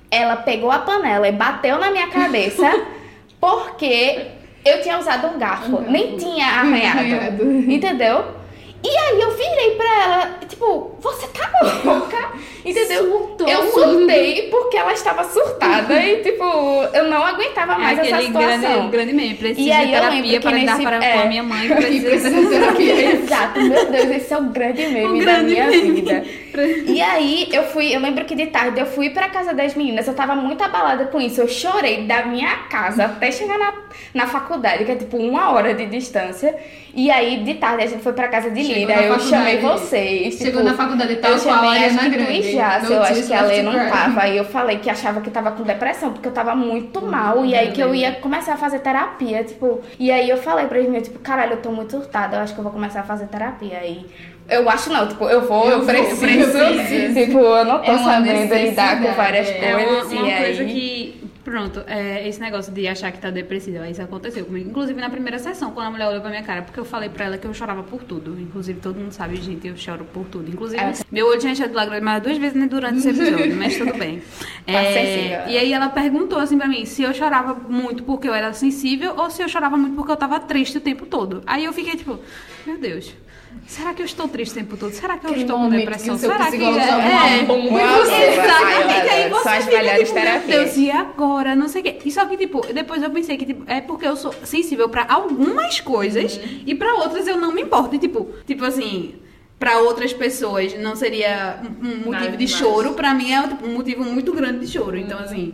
ela pegou a panela e bateu na minha cabeça porque eu tinha usado um garfo. Nem tinha arranhado. Entendeu? E aí eu virei pra ela, tipo, você tá louca? Entendeu? Eu surtei porque ela estava surtada e, tipo, eu não aguentava mais essa situação. Grande meme, precisa E aí de terapia para lidar com a minha mãe, precisa de terapia. Exato, meu Deus, esse é o grande meme da minha vida. E aí eu lembro que de tarde eu fui pra casa das meninas, eu tava muito abalada com isso, eu chorei da minha casa até chegar na faculdade, que é tipo 1 hora de distância. E aí, de tarde, a gente foi pra casa de Lira, eu chamei vocês. Chegou na faculdade e tal, eu chamei, acho que tu e Jace, eu acho que a Lê não tava. Aí eu falei que achava que tava com depressão, porque eu tava muito mal. E aí que eu ia começar a fazer terapia, tipo... E aí eu falei pra eles, tipo, caralho, eu tô muito surtada, eu acho que eu vou começar a fazer terapia. Aí... Eu acho não, tipo, eu preciso. Tipo, eu não tô sabendo lidar com várias coisas. Uma coisa que... Pronto, esse negócio de achar que tá depressiva, isso aconteceu comigo. Inclusive na primeira sessão, quando a mulher olhou pra minha cara, porque eu falei pra ela que eu chorava por tudo. Inclusive, todo mundo sabe, gente, eu choro por tudo. Inclusive, meu olho tinha enchido de lágrimas mais 2 vezes durante esse episódio, mas tudo bem. E aí ela perguntou assim pra mim se eu chorava muito porque eu era sensível ou se eu chorava muito porque eu tava triste o tempo todo. Aí eu fiquei tipo, meu Deus... Será que eu estou triste o tempo todo? Será que eu estou com depressão? Será que exatamente. Aí você fica tipo, meu Deus, e agora? Não sei o quê. E só que, tipo, depois eu pensei que tipo, é porque eu sou sensível pra algumas coisas e pra outras eu não me importo. E, tipo assim... Pra outras pessoas não seria um motivo de choro. Pra mim é um motivo muito grande de choro. Então, assim...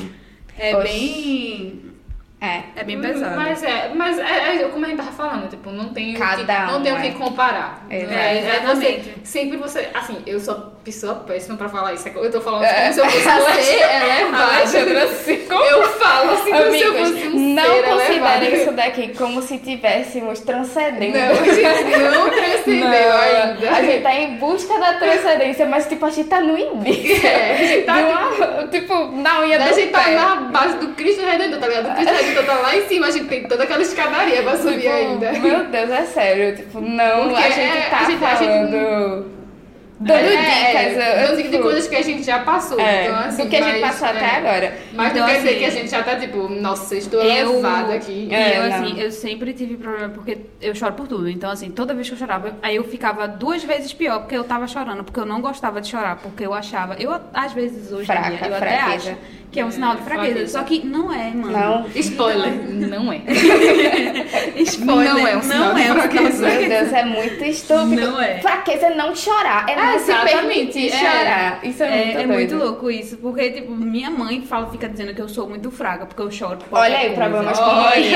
É bem pesado. Mas como a gente tava falando, tipo, não tem o que comparar. Exatamente. Sempre você, assim, eu sou pessoa péssima pra falar isso. Eu tô falando como se eu fosse ser elevada. Eu falo assim como se eu fosse um não ser considere elevado. isso daqui como se tivéssemos transcendendo. Não, a gente não transcendeu ainda. A gente tá em busca da transcendência, mas tipo, a gente tá no início. A gente tá tipo, na unha do pé. A gente tá na base do Cristo Redentor, tá ligado? O Cristo Redentor tá lá em cima, a gente tem toda aquela escadaria pra subir ainda. Meu Deus, é sério. Tipo, não, porque a gente tá falando... Dando dicas. De coisas que a gente já passou. Então, assim, do que a gente passou até agora. Mas então, não quer assim, dizer que a gente já tá tipo, nossa, estou elevada aqui. Eu sempre tive problema porque eu choro por tudo. Então, assim, toda vez que eu chorava, aí eu ficava 2 vezes pior porque eu tava chorando, porque eu não gostava de chorar, porque eu achava, às vezes hoje em dia, eu até acho que é um sinal de fraqueza. Só que não é, mano. Não. Spoiler, não é. Spoiler, não é um sinal de fraqueza. Meu Deus, é muito estúpido. Não é. Fraqueza é não chorar. É não se permitir chorar. Isso é muito louco isso. Porque, tipo, minha mãe fica dizendo que eu sou muito fraca, porque eu choro por Olha aí, problemas com mãe.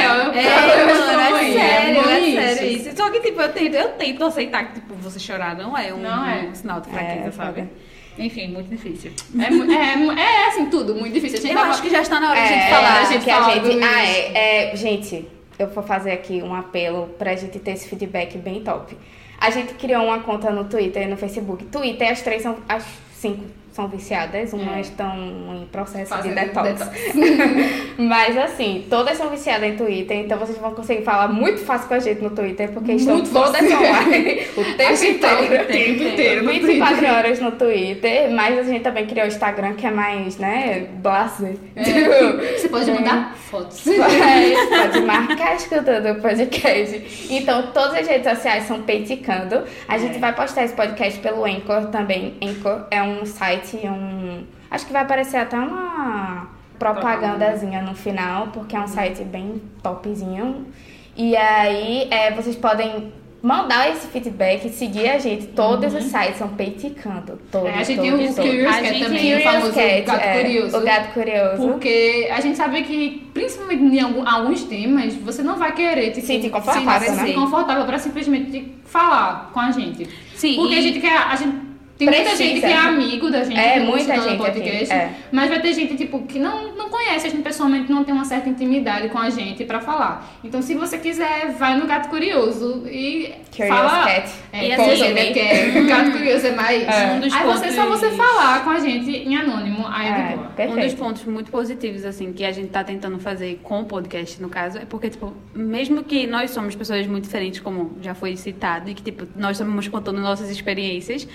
É sério isso. Só que, tipo, eu tento aceitar que, tipo, você chorar não é um sinal de fraqueza, sabe? Enfim, muito difícil. É assim, tudo muito difícil. Eu acho que já está na hora de a gente falar. Gente, eu vou fazer aqui um apelo pra gente ter esse feedback bem top. A gente criou uma conta no Twitter e no Facebook. Twitter, as 5 são viciadas, umas estão em processo de detox. Mas assim, todas são viciadas em Twitter, então vocês vão conseguir falar muito fácil com a gente no Twitter, porque estão todas online o tempo inteiro. 24 horas no Twitter, mas a gente também criou o Instagram, que é mais, né, blasé. Você pode mandar fotos. Pode marcar escutando o podcast. Então, todas as redes sociais são Peiticando. A gente vai postar esse podcast pelo Anchor também. Anchor é um site, acho que vai aparecer até uma propagandazinha no final, porque é um site bem topzinho. E aí, vocês podem mandar esse feedback, seguir a gente. Todos os sites são Peiticando. A gente tem o Curious Cat também, o famoso Gato Curioso. O Gato Curioso. Porque a gente sabe que, principalmente em alguns temas, você não vai querer se sentir confortável pra simplesmente falar com a gente. Sim. Porque a gente tem muita gente que é amigo da gente, muita gente no podcast, mas vai ter gente tipo, que não conhece a gente pessoalmente, não tem uma certa intimidade com a gente pra falar. Então, se você quiser, vai no Gato Curioso e fala. Cat. O Gato Curioso é mais. Só você falar com a gente em anônimo, aí de boa. Perfeito. Um dos pontos muito positivos, assim, que a gente tá tentando fazer com o podcast, no caso, é porque, tipo, mesmo que nós somos pessoas muito diferentes, como já foi citado, e que, tipo, nós estamos contando nossas experiências, a gente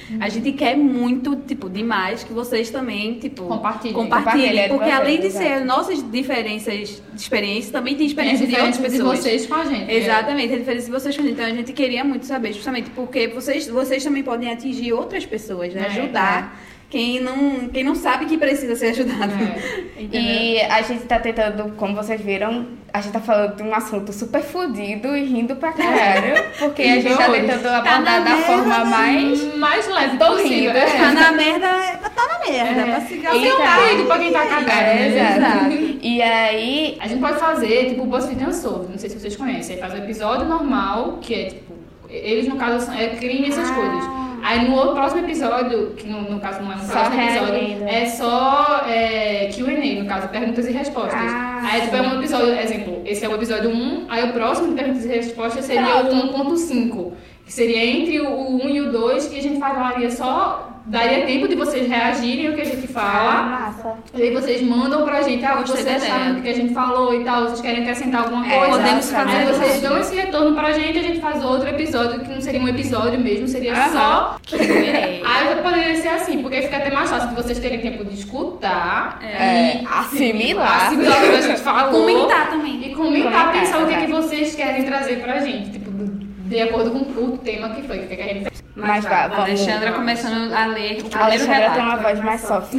gente quer muito, tipo, demais que vocês também, tipo, Compartilhem. compartilhem. Porque Compartilhem, além de exato. ser nossas diferenças de experiência, também tem experiência de outras de pessoas. vocês com a gente. Exatamente, a diferença de vocês com a gente. Então a gente queria muito saber, justamente porque vocês também podem atingir outras pessoas, né? Ajudar quem não sabe que precisa ser ajudado. E a gente tá tentando, como vocês viram, a gente tá falando de um assunto super fodido e rindo pra caralho. Porque a gente tá tentando abordar da forma mais leve Tô possível. rindo, Tá na merda, tá na merda. Pra se É um vídeo pra quem tá cagado. Exato. E aí, A gente pode fazer, tipo, o BuzzFeed Unsolved, não sei se vocês conhecem. Faz um episódio normal, que é, tipo, eles, no caso, é crime e essas coisas. Aí, no próximo episódio, que no caso não é um Só próximo episódio, reagindo. é só Q&A, no caso, perguntas e respostas. Aí, tipo, é um episódio, exemplo, esse é o episódio 1, aí o próximo de perguntas e respostas seria o 1.5, que seria entre o 1 e o 2, que a gente falaria só... Daria tempo de vocês reagirem ao que a gente fala. massa. E aí vocês mandam pra gente, o que Gostei vocês da acharam ideia. do que a gente falou e tal, vocês querem acrescentar alguma coisa. podemos fazer Aí vocês isso. dão esse retorno pra gente, a gente faz outro episódio, que não seria um episódio mesmo, seria só... Aí poderia ser assim, porque fica até mais fácil de vocês terem tempo de escutar e assimilar. o que a gente falou. Comentar também. E comentar, Comentar, pensar o que, exato. que vocês querem trazer pra gente, tipo, de acordo com o tema que foi, que a gente... Mas vá, A vamos. Alexandra começando a ler o A primeiro Alexandra tem uma relato. voz mais soft.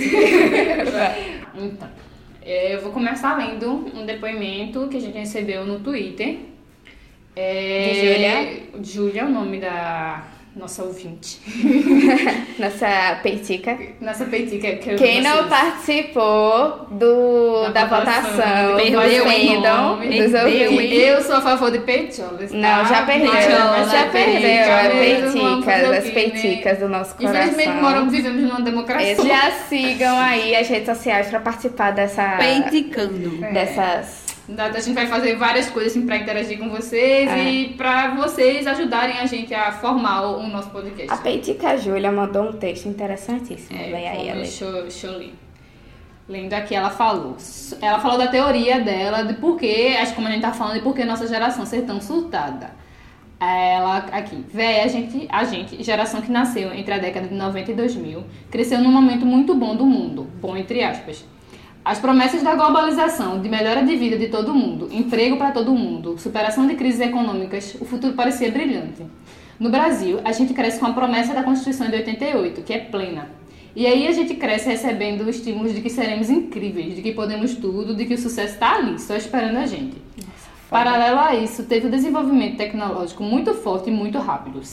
Então, eu vou começar lendo um depoimento que a gente recebeu no Twitter. De Júlia? Júlia é o nome da nossa ouvinte. Nossa peitica. Nossa peitica. Que eu Quem não vocês. participou da votação, Perdeu defendam o nome, dos perdeu, ouvintes. Eu sou a favor de peitolas, tá? Não, já perdeu. Peitola, Já perdeu. É Vamos peiticas, fazer o as quê, peiticas do nosso coração. Infelizmente, vivemos numa democracia. Já sigam aí as redes sociais pra participar Peiticando. dessas. A gente vai fazer várias coisas assim, pra interagir com vocês e pra vocês ajudarem a gente a formar o nosso podcast. A peitica Júlia mandou um texto interessantíssimo. Leia aí, Ale. Deixa eu ler. Lendo aqui, ela falou da teoria dela, de por que, acho que como a gente tá falando, de por que nossa geração ser tão surtada. Ela, aqui, véi, a gente, geração que nasceu entre a década de 90 e 2000, cresceu num momento muito bom do mundo, bom entre aspas. As promessas da globalização, de melhora de vida de todo mundo, emprego para todo mundo, superação de crises econômicas, o futuro parecia brilhante. No Brasil, a gente cresce com a promessa da Constituição de 88, que é plena. E aí a gente cresce recebendo estímulos de que seremos incríveis, de que podemos tudo, de que o sucesso está ali, só esperando a gente. Paralelo a isso, teve o desenvolvimento tecnológico muito forte e muito rápido.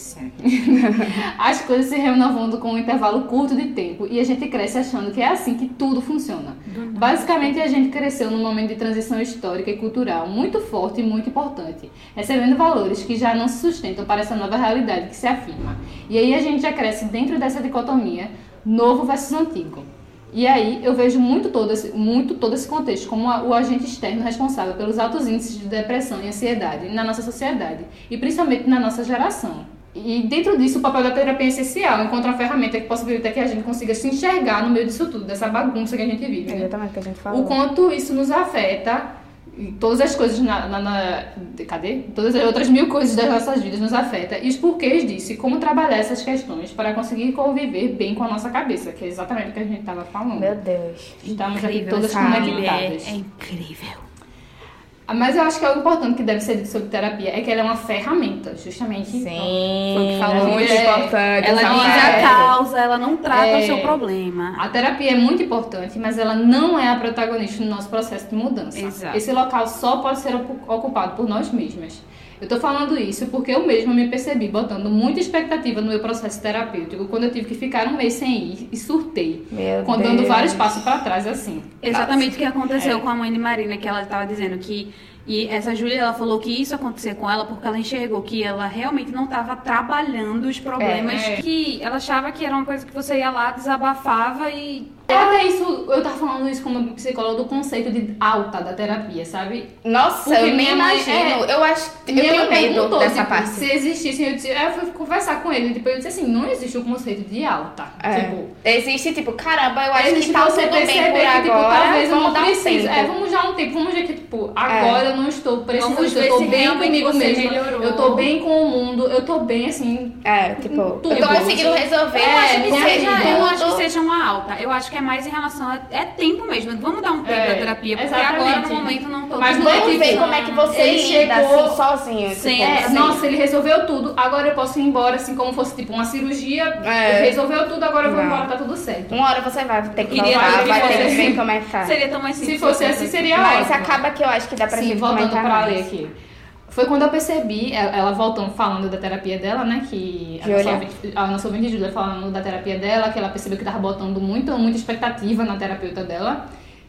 As coisas se renovando com um intervalo curto de tempo e a gente cresce achando que é assim que tudo funciona. Basicamente, a gente cresceu num momento de transição histórica e cultural muito forte e muito importante, recebendo valores que já não se sustentam para essa nova realidade que se afirma. E aí a gente já cresce dentro dessa dicotomia novo versus antigo. E aí eu vejo muito todo esse contexto como o agente externo responsável pelos altos índices de depressão e ansiedade na nossa sociedade, e principalmente na nossa geração. E dentro disso o papel da terapia é essencial, enquanto uma ferramenta que possibilita que a gente consiga se enxergar no meio disso tudo, dessa bagunça que a gente vive. Né? Exatamente o que a gente falou. O quanto isso nos afeta, e todas as coisas todas as outras mil coisas das nossas vidas nos afeta, e os porquês disso, e como trabalhar essas questões para conseguir conviver bem com a nossa cabeça, que é exatamente o que a gente estava falando. Meu Deus. Estamos aqui Incrível, todas sabe? conectadas. É incrível. Mas eu acho que algo importante que deve ser dito sobre terapia é que ela é uma ferramenta, justamente. Sim, Foi o que falou. muito importante. Ela essa diz parte. a causa, ela não trata o É. seu problema. A terapia é muito importante, mas ela não é a protagonista no nosso processo de mudança. Exato. Esse local só pode ser ocupado por nós mesmas. Eu tô falando isso porque eu mesma me percebi botando muita expectativa no meu processo terapêutico quando eu tive que ficar um mês sem ir e surtei. Meu Dando Deus. vários passos para trás assim. Exatamente o que aconteceu com a mãe de Marina, que ela estava dizendo que... E essa Júlia, ela falou que isso aconteceu com ela porque ela enxergou que ela realmente não estava trabalhando os problemas que ela achava que era uma coisa que você ia lá, desabafava e Até isso, eu tava falando isso como psicóloga do conceito de alta da terapia, sabe? Nossa, Porque eu nem minha mãe- imagino. Eu acho que eu Minha tenho mãe medo perguntou, dessa tipo, parte. se existisse, eu fui conversar com ele, tipo, eu disse assim, não existe o conceito de alta. Tipo, Existe, tipo, caramba, eu acho existe que tá você tudo bem perceber por que, tipo, agora, talvez eu vamos não dar um precise. tempo. Vamos dar um tempo, vamos ver que, tipo, agora eu não estou precisando, Vamos ver eu tô se bem realmente comigo você mesma, melhorou. eu tô bem com o mundo, eu tô bem, assim, Tipo, tudo. eu tô conseguindo resolver. É, eu acho que minha seja vida, Eu acho que tudo. seja uma alta. Eu acho que é mais em relação a... É tempo mesmo. Vamos dar um tempo da terapia. Porque exatamente. agora, no momento, não tô... Mas não é Vamos tipo, ver como é que você ele lida chegou- assim, sozinho. Sim, tipo, nossa, ele resolveu tudo, agora eu posso ir embora, assim, como fosse, tipo, uma cirurgia, resolveu tudo, agora eu vou Não. embora, tá tudo certo. Uma hora você vai ter que Queria voltar, tanto que vai ter fosse que ver assim. como é que tá. Seria tão mais simples. Se fosse assim, seria Mas ótimo. acaba que eu acho que dá pra Sim, gente voltando comentar pra mais. ler aqui. Foi quando eu percebi, ela voltando, falando da terapia dela, né, que a nossa ouvinte Júlia falando da terapia dela, que ela percebeu que tava botando muita expectativa na terapeuta dela.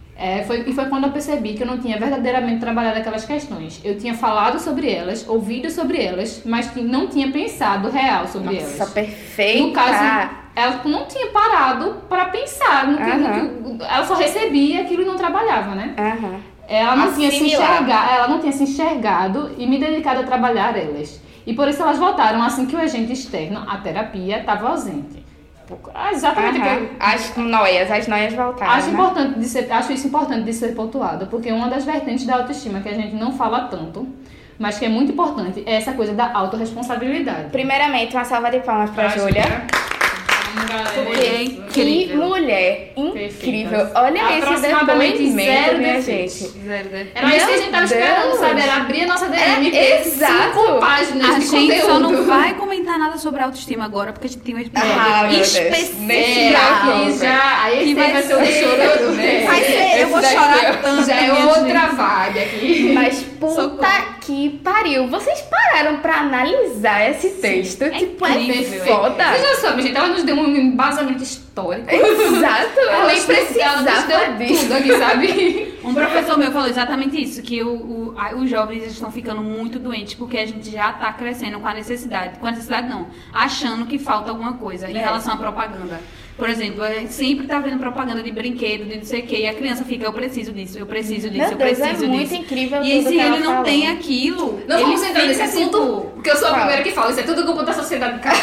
E foi quando eu percebi que eu não tinha verdadeiramente trabalhado aquelas questões. Eu tinha falado sobre elas, ouvido sobre elas, mas não tinha pensado real sobre elas. Nossa, perfeita. No caso, ela não tinha parado para pensar. Ela só recebia aquilo e não trabalhava, né? Ela não tinha se enxergado e me dedicado a trabalhar elas. E por isso elas voltaram assim que o agente externo, a terapia, estava ausente. Exatamente. As noias voltaram. Acho isso importante de ser pontuado, porque uma das vertentes da autoestima que a gente não fala tanto, mas que é muito importante, é essa coisa da autorresponsabilidade. Primeiramente, uma salva de palmas pra Júlia. Porque é Que incrível. mulher incrível. Perfeita. Olha esse Aproximadamente depoimento, zero minha defeitos. gente. Era isso que a gente tava esperando, Deus. sabe? Era abrir a nossa DM e ter exato. 5 páginas A de gente conteúdo. só não vai comentar nada sobre autoestima agora, porque a gente tem um episódio meu Deus. especial. Aí vai vai ser o chororô, né? Vai ser, eu vou chorar tanto. Já é minha outra gente. vibe aqui. Mas puta que pariu. Vocês pararam pra analisar esse texto? Tipo, é incrível, foda. Vocês já sabem, gente, ela nos deu um embasamento histórico. Exato. Eu Ela nem nos precisava deu disso. tudo aqui, sabe? Um professor meu falou exatamente isso, que os jovens estão ficando muito doentes porque a gente já está crescendo com a necessidade não, achando que falta alguma coisa em relação à propaganda. Por exemplo, a gente sempre tá vendo propaganda de brinquedo, de não sei o quê, e a criança fica, eu preciso disso, eu preciso disso, Meu eu Deus, preciso é muito disso. incrível E tudo se que ela ele não falou. tem aquilo, Não ele vamos entrar nesse fica, assunto, tipo, porque eu sou a Calma. primeira que fala. Isso é tudo culpa da sociedade capitalista.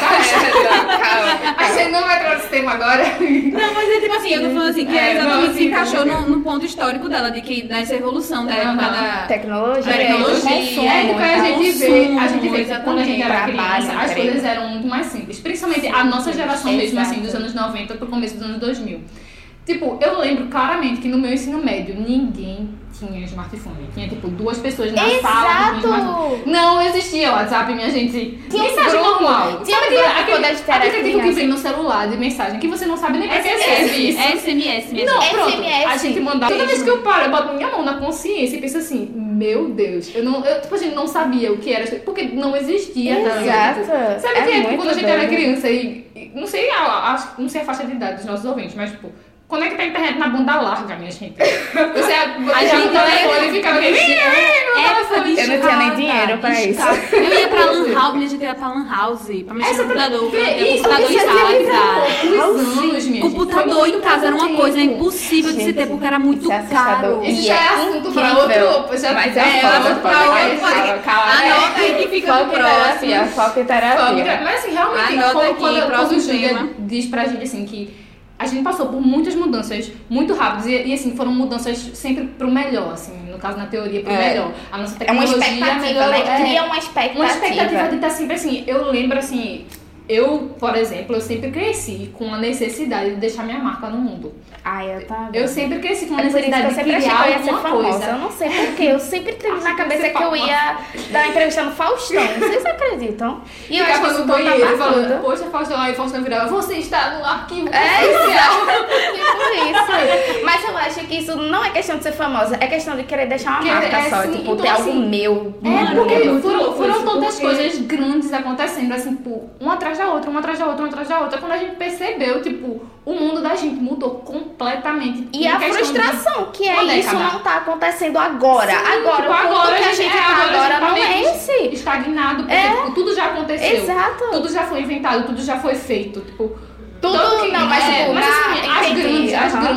Calma. A gente não vai entrar nesse tema agora. Não, mas é tipo assim, eu tô falando assim, que exatamente não, se assim, encaixou no ponto histórico dela, de que nessa evolução da época da... Tecnologia, Tecnologia, consumo, É, porque a gente vê que exatamente, quando a gente era trabalho, criança, as emprego. coisas eram muito mais simples. Principalmente a nossa geração mesmo, assim, dos anos 90 pro começo dos anos 2000. Tipo, eu lembro claramente que no meu ensino médio, ninguém tinha smartphone. Tinha, tipo, 2 pessoas na sala com smartphone. Não existia WhatsApp, minha gente. Tinha mensagem grupo. normal. Tinha Sabe um grupo aquele quando a gente era aplicativo que criança. vem no celular de mensagem, que você não sabe nem pra que serve isso. SMS mesmo. Não, pronto. SMS. A gente mandava. Toda vez que eu paro, eu boto minha mão na consciência e penso assim, meu Deus, tipo, a gente não sabia o que era, porque não existia. tá ligado? Exato. Sabe É que muito quando a gente era doido. criança e não sei a faixa de idade dos nossos ouvintes, mas tipo, conecta a internet na bunda larga, minha gente. Você A já gente no telefone e ficava aquele Época de Eu não tinha nem dinheiro pra isso. Eu ia pra Lan House, minha gente ia pra Lan House, pra mexer no computador, pra ter Isso, computador em isso casa. anos, minha gente. Computador em casa era uma coisa impossível de se ter, porque era muito Isso é assustador. caro. Isso E já é é assunto pra incrível. outro. Já Mas já é fala outro do podcast. podcast. Calma, Anota aí que fica no Foco em terapia, próximo. foco em terapia. Mas assim, realmente, Anota aqui, quando próximo o Júlia tema. diz pra gente assim que a gente passou por muitas mudanças muito rápidas e assim, foram mudanças sempre pro melhor, assim, no caso na teoria, pro melhor. A nossa É uma tecnologia expectativa, melhorou, né? Cria uma expectativa. uma expectativa de estar sempre assim. Eu lembro assim, eu, por exemplo, eu sempre cresci com a necessidade de deixar minha marca no mundo. Ai, eu tava. Eu sempre cresci com a É por isso que necessidade eu de sempre achei criar que eu ia ser alguma famosa. coisa. Eu não sei porquê. Eu sempre tive na cabeça que eu ia dar uma entrevista no Faustão. Vocês acreditam? E eu acho que Ficava isso no banheiro tá falando, bacana. poxa, Faustão, aí Faustão virava, você está no arquivo É, oficial. Tipo isso. Mas eu acho que isso não é questão de ser famosa, é questão de querer deixar uma marca só. sim, Tipo, então, ter algo assim, meu. É, porque único. foram tantas Porque- coisas grandes acontecendo, assim, tipo, uma atrás da outra, uma atrás da outra, uma atrás da outra. Quando a gente percebeu, tipo, o mundo da gente mudou completamente. E em a questão de frustração, que é uma isso década. não tá acontecendo agora. Sim, agora, tipo, o ponto que a a gente gente- tá agora agora a gente tá não é meio que esse. estagnado, porque tipo, tudo já aconteceu. Exato. Tudo já foi inventado, tudo já foi feito. Tipo, Tudo, tanto que- não, mas tipo, mas, assim, as entendi, grandes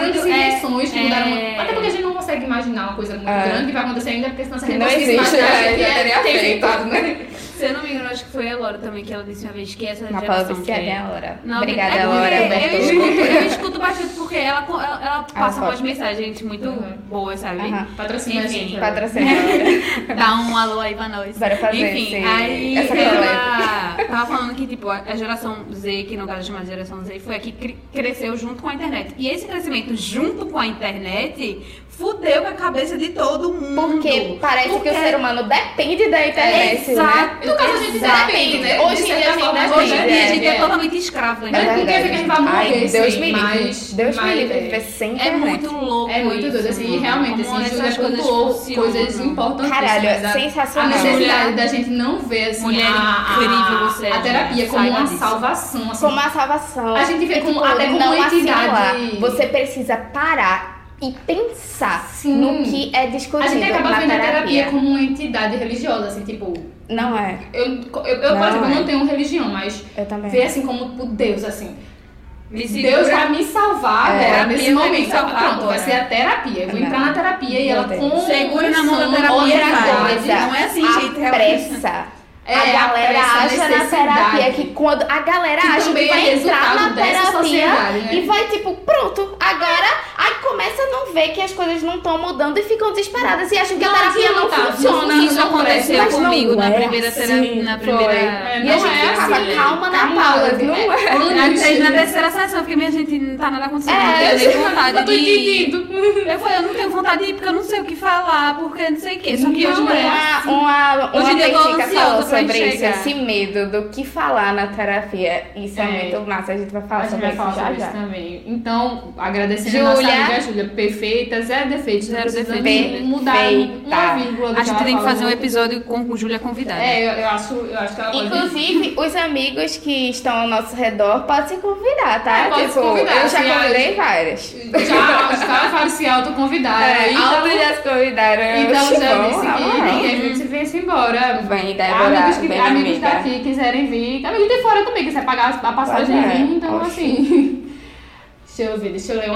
grandes invenções que mudaram muito. Até porque a gente não consegue imaginar uma coisa muito grande que vai acontecer ainda, porque senão se a gente Não conseguisse existe, imaginar, já teria ter feito. feito, né? Se eu não me engano, acho que foi a Laura também que ela disse uma vez que essa Uma palavra geração viciada que é a Laura. Não, Obrigada, é Laura. eu escuto bastante porque ela passa pode. umas mensagens muito boas, sabe? Patrocina a Enfim, gente. Patrocina a Laura. Dá um alô aí pra nós. Bora fazer Enfim, esse- aí essa ela tava falando que, tipo, a geração Z, que no caso é chamada geração Z, foi a que cresceu junto com a internet. E esse crescimento junto com a internet fudeu com a cabeça de todo mundo. Porque parece que o ser humano depende da internet, Exato. né? No caso, a gente Exato. depende, né? Hoje em dia a gente depende. Hoje em dia a gente é É. totalmente escravo da É internet. porque a gente vai morrer, Ai, Deus sim, me livre. mas- Deus me mas, livre é. viver sem É internet. muito louco. É muito doido, assim, e realmente, Como assim, Júlia essas coisas pontuou funcionam. coisas importantes. Caralho, é a sensacional. necessidade da gente não ver, assim, Mulher incrível você é, a terapia Júlia, como saiba uma disso. salvação, assim. Como uma salvação. A gente vê E, como- até como não uma entidade. assimilar. Você precisa parar e pensar Sim. no que é discutido A gente acaba na vendo a terapia terapia. como uma entidade religiosa, assim, tipo... Não é. Eu por exemplo, é. não tenho religião, mas Eu também. ver assim como por Deus, assim. Me segura. Deus vai me salvar É. agora, nesse Terapia vai me momento. salvar Pronto, agora. vai ser a terapia. Eu vou Não. entrar na terapia e Meu ela Deus. com Segura na mão da unção, terapia, outra vai. coisa. Não é assim, gente, A pressa. É, a galera a pressa, a acha na necessidade. terapia que quando a galera Que acha também que vai é entrar resultado na dessa terapia sociedade, né? e vai tipo, pronto, agora aí começa a não ver que as coisas não estão mudando e ficam desesperadas e acham que a Não terapia não adianta, funciona. não Isso aconteceu Mas não comigo na é primeira assim, terapia. Na primeira. foi. É, E a não gente é ficava assim, calma na calma, Paula, é. não é? Na terceira sessão, porque minha gente não tá nada acontecendo. É, eu não tenho vontade eu tô de ir. entendendo. Eu falei, eu não tenho vontade de ir porque eu não sei o que falar, porque não sei o que. Só que hoje não é assim. Uma Hoje em dia eu tô pesquica ansiosa falou pra sobre isso, enxergar. esse medo do que falar na terapia. Isso é, muito massa, a gente vai falar A gente sobre vai isso falar já sobre isso já. também. Então, agradecendo a nossa Júlia. amiga Júlia, perfeita, zero defeitos. Não Zero precisamos defeitos. mudar Perfeita. uma vírgula do A gente ela tem que fazer um falou. episódio com Júlia convidada. É, eu acho que ela pode... Inclusive, os amigos que estão ao nosso redor podem se convidar, tá? É, pode se convidar, eu já assim, convidei vários. Já, os caras falam se autoconvidaram. É, então, outros já se convidaram. então já vão, disse na que moral. ninguém, a gente vem-se embora. Vem, Débora, Amigos, vem, amigos amiga. daqui quiserem vir. Amigos de fora também, quiser pagar a passagem Pois é. vir, então Oxi. assim... Deixa eu ler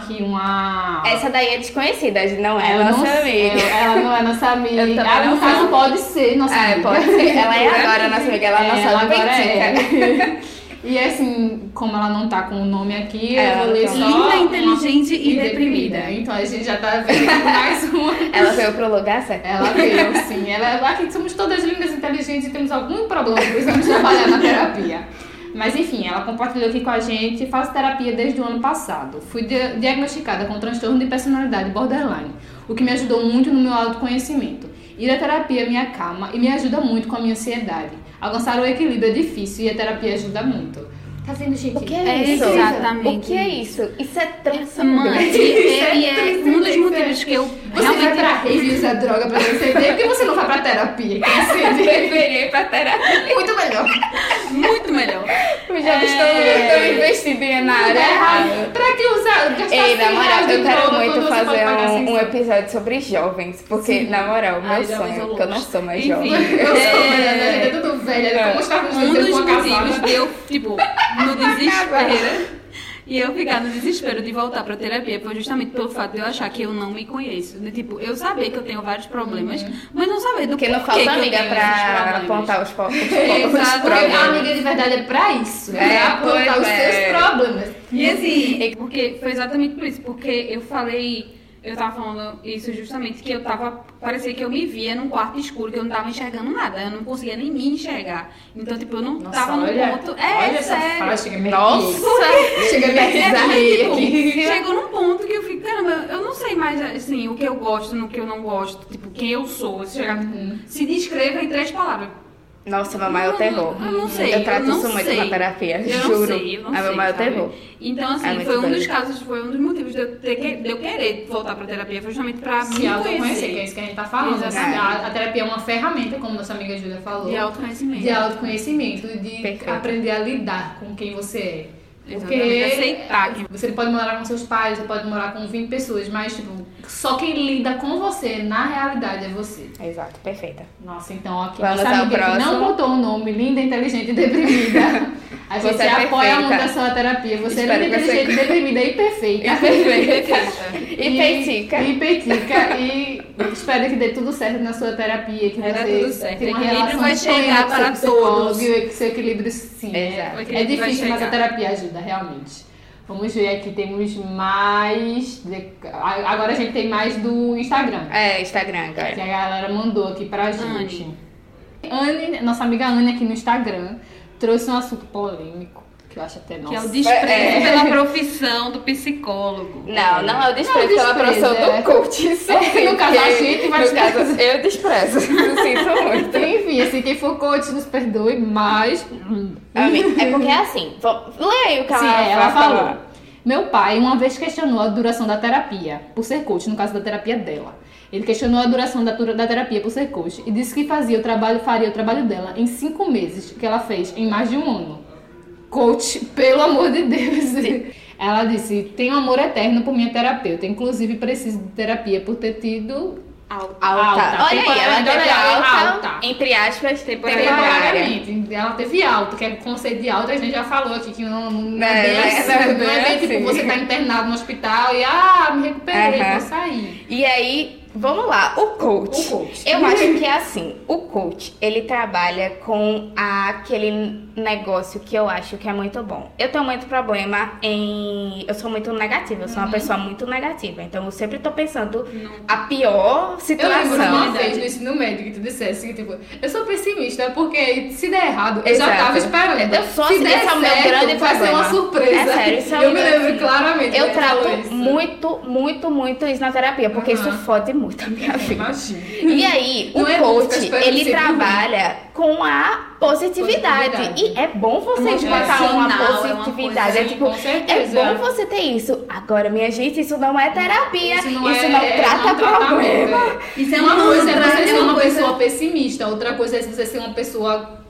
uma... Essa daí é desconhecida, não é Ela nossa não- amiga. Ela não é nossa amiga. Eu também Ah, não no caso, sou. pode ser nossa É, amiga. pode ser. Ela é agora nossa amiga, ela é nossa ela agora petica. é. E assim, como ela não tá com o nome aqui, É, eu vou ler então. só... Linda, uma- inteligente e deprimida. Então a gente já tá vendo mais uma. Ela veio pro lugar certo? Ela veio, sim. Aqui somos todas lindas, inteligentes e temos algum problema que precisamos trabalhar na terapia. Mas enfim, ela compartilhou aqui com a gente. Faço terapia desde o ano passado. Fui diagnosticada com transtorno de personalidade borderline, o que me ajudou muito no meu autoconhecimento. Ir à terapia me acalma e me ajuda muito com a minha ansiedade. Alcançar o equilíbrio é difícil e a terapia ajuda muito. Tá vendo, gente? O que é isso? Exatamente. O que é isso? Isso é Mano, transcendente. e é um dos motivos que eu Você vai realmente... pra rave e usa droga pra transcender? Por que você não vai pra terapia? Deveria ir pra terapia. Muito melhor. Muito melhor. Os jovens estão investindo na área errada. Pra que usar? Gastar Ei, na 100 moral, reais de eu quero droga muito quando você pode fazer pagar 100? um episódio sobre jovens, porque, na moral, meu Ai, jovens sonho, são porque eu não loucos. sou mais Enfim. jovem. Eu sou, mas a gente é tudo velha. Como estava nos Um dedos dos com a motivos casada. de eu, tipo, no desespero, e eu ficar no desespero de voltar pra terapia foi justamente pelo fato de eu achar que eu não me conheço. De, tipo, eu saber que eu tenho vários problemas, mas não saber do Porque não porquê falta que eu amiga tenho pra esses problemas. apontar os Exato. Porque problemas. a amiga de verdade é pra isso. É, pra apontar pois os é. seus problemas. E assim, porque foi exatamente por isso, porque eu falei, eu tava falando isso justamente, que eu tava, parecia que eu me via num quarto escuro, que eu não tava enxergando nada, eu não conseguia nem me enxergar. Então, tipo, eu não tava no ponto. olha essa Sério. fala, chega a me Nossa! Chega a me arrepiar Tipo, aqui. chegou num ponto que eu fico, caramba, eu não sei mais, assim, o que eu gosto, no que eu não gosto, tipo, quem eu sou. Se chegar, se descreva em 3 palavras. Nossa, meu maior terror. Eu não sei. Eu trato não isso muito sei. na terapia, Eu juro. não sei, eu não É sei, meu maior sabe? terror. Então, assim, É muito foi um dos doido. casos, foi um dos motivos de eu querer voltar pra terapia, foi justamente pra Se me autoconhecer, que é conhecer. isso que a gente tá falando. Exatamente. A terapia é uma ferramenta, como nossa amiga Júlia falou. De autoconhecimento. De autoconhecimento, de Perfeito. aprender a lidar com quem você é. Exatamente, aceitar que- você pode morar com seus pais, você pode morar com 20 pessoas, mas tipo, só quem lida com você na realidade é você. Exato, perfeita. Nossa, então aqui Vamos nossa ao amiga que próximo. não botou o nome, linda, inteligente e deprimida. A gente Você é apoia perfeita. muito a sua terapia. Você Espero é que você- inteligente, deprimida e perfeita. E peitica. E peitica. E espero que dê tudo certo na sua terapia. Que Vai dar você tudo certo. tenha uma O equilíbrio relação vai plena chegar com seu para psicólogo todos. E que seu equilíbrio, sim. Exato. O É equilíbrio vai difícil, mas a chegar. terapia ajuda, realmente. Vamos ver aqui, temos mais... Agora a gente tem mais do Instagram. Instagram, Que agora. a galera mandou aqui pra gente. Anne, nossa amiga Anne aqui no Instagram, trouxe um assunto polêmico, que eu acho até Que é o nossa. desprezo pela profissão do psicólogo. Não é o desprezo Não, pela desprezo, profissão é. do coach. Isso sim, No caso, a porque, gente vai no caso, eu desprezo. Sinto muito. Enfim, assim, quem for coach nos perdoe, mas... Amiga, é porque é assim. Lê aí o que Sim, ela ela falou. falou. Meu pai uma vez questionou a duração da terapia, por ser coach, no caso da terapia dela. Ele questionou a duração da terapia por ser coach e disse que faria o trabalho dela em 5 meses, que ela fez em mais de um ano. Coach, pelo amor de Deus. Ela disse, tenho amor eterno por minha terapeuta, inclusive preciso de terapia por ter tido... Alta. Alta. Olha aí, ela teve Temporária, alta, entre aspas, temporária. Temporariamente. Ela teve alta, que é o conceito de alta, a gente já falou aqui que não é bem assim. não é Não é bem bem assim. tipo, você tá internado no hospital e me recuperei, Aham. vou sair. E aí, vamos lá, o coach. O coach. Eu acho que é assim, o coach, ele trabalha com aquele negócio que eu acho que é muito bom. Eu tenho muito problema eu sou muito negativa, eu sou uma pessoa muito negativa, então eu sempre tô pensando a pior Eu situação. lembro de uma vez no ensino médio que tu dissesse que, tipo, eu sou pessimista porque se der errado, eu já Exato. tava esperando. Eu sou se assim, der esse é o meu certo, grande vai ser problema. uma surpresa. É sério, isso é eu um me negócio lembro claramente. Eu que trato falou isso. muito isso na terapia, porque isso fode muito a minha vida. Imagina. E aí, o Não é bom ficar coach, esperando ele sempre trabalha com a positividade. Positividade. E é bom você escutar uma Motivacional, é uma positividade. coisa, É tipo, com certeza. é bom você ter isso. Agora, minha gente, isso não é terapia. Isso não, é trata problema. Isso é Uma coisa é mantra, você ser uma uma coisa- pessoa pessimista, outra coisa é você ser uma pessoa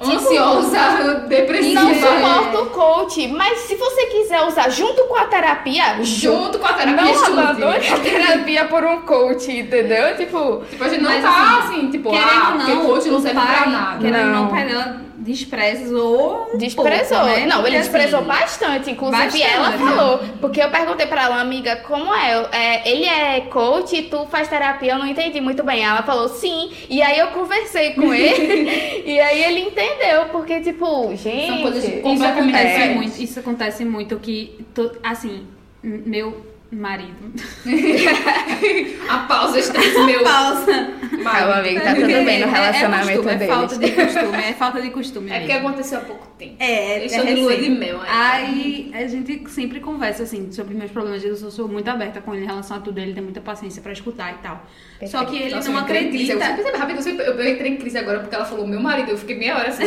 ansiosa, depressiva. Não suporto o coach, mas se você quiser usar junto com a terapia, Junto com a terapia, não estude. abandone a terapia por um coach, entendeu? Tipo, Tipo, a gente não Mas, tá assim, tipo, Querendo porque ou não, coach não o serve pai, pra nada. Querendo ou não, Não. o pai dela desprezou um desprezou. pouco, né? Não, ele Porque, desprezou assim, bastante. Inclusive, bastante, ela né? falou. Porque eu perguntei pra ela, amiga, como é? Ele é coach e tu faz terapia? Eu não entendi muito bem. Ela falou sim. E aí eu conversei com ele. E aí ele entendeu. Porque, tipo, gente. São coisas Isso completamente acontece diferentes. muito, isso acontece muito que, assim, meu marido... A pausa está no meu... Pausa. Calma, amiga, tá tudo bem no relacionamento costume, deles. É falta de costume, é falta de costume É porque mesmo. aconteceu há pouco tempo. Eles estão de lua de mel ainda. Aí a gente sempre conversa assim sobre meus problemas. Eu sou muito aberta com ele em relação a tudo. Ele tem muita paciência pra escutar e tal. Só que ele Nossa, não eu entrei em crise. acredita. Você percebe rápido, eu entrei em crise agora porque ela falou meu marido, eu fiquei meia hora assim.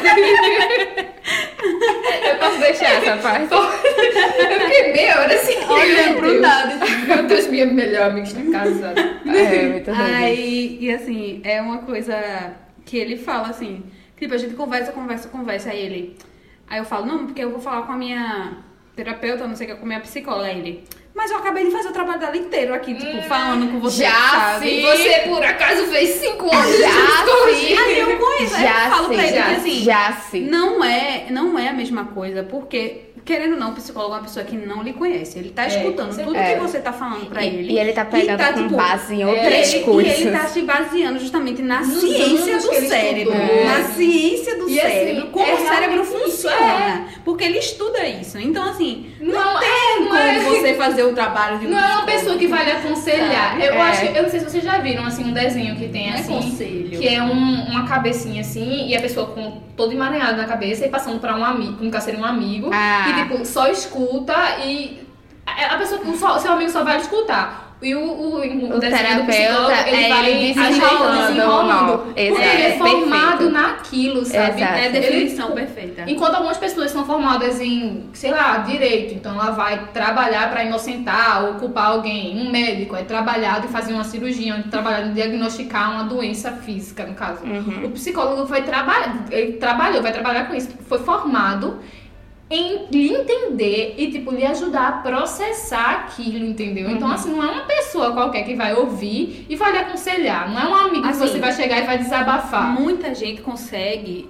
Eu posso deixar essa parte? Eu fiquei meia hora assim. Olhando pro lado. Meu Deus, minha melhor amiga está casada. É, muito doido. Aí, e assim, é uma coisa que ele fala assim, tipo, a gente conversa, aí ele... Aí eu falo, não, porque eu vou falar com a minha terapeuta, não sei o que, com a minha psicóloga, aí ele... Mas eu acabei de fazer o trabalho dela inteiro aqui, tipo, falando com você, já sabe? sim. Você por acaso fez 5 anos de Já psicologia? sim. Aí eu conheço, aí eu falo pra ele que assim... Já sim. Não é a mesma coisa, porque, querendo ou não, o psicólogo é uma pessoa que não lhe conhece. Ele tá escutando tudo é. que você tá falando pra ele. E ele tá pegando tá, com tipo, base em outras E coisas. ele tá se baseando justamente na Nos ciência anos do que ele cérebro. estudou. Na ciência do E, assim, cérebro. Como é o cérebro realmente isso, funciona. Porque ele estuda isso. Então, assim, Não, tem não é- como você fazer o trabalho de um Não é uma psicólogo. pessoa que vai lhe aconselhar. Sabe? Eu acho que, eu não sei se vocês já viram assim um desenho que tem Não é assim, conselho. que é uma cabecinha assim e a pessoa com todo emaranhado na cabeça e passando pra um amigo, como que seria um amigo, Ah. que tipo só escuta e a pessoa que seu amigo só vai escutar. E o desenho do terapeuta, psicólogo, ele vai ele desenrolando, desenrolando. Porque ele é formado naquilo, sabe? Exato. É a Ele- definição perfeita. Enquanto algumas pessoas são formadas em, sei lá, direito, então ela vai trabalhar para inocentar ou culpar alguém. Um médico é trabalhado em fazer uma cirurgia, trabalhado em diagnosticar uma doença física, no caso. O psicólogo vai trabalhar com isso, foi formado em lhe entender e, tipo, lhe ajudar a processar aquilo, entendeu? Então, assim, não é uma pessoa qualquer que vai ouvir e vai lhe aconselhar. Não é um amigo Assim, que você vai chegar e vai desabafar. Muita gente consegue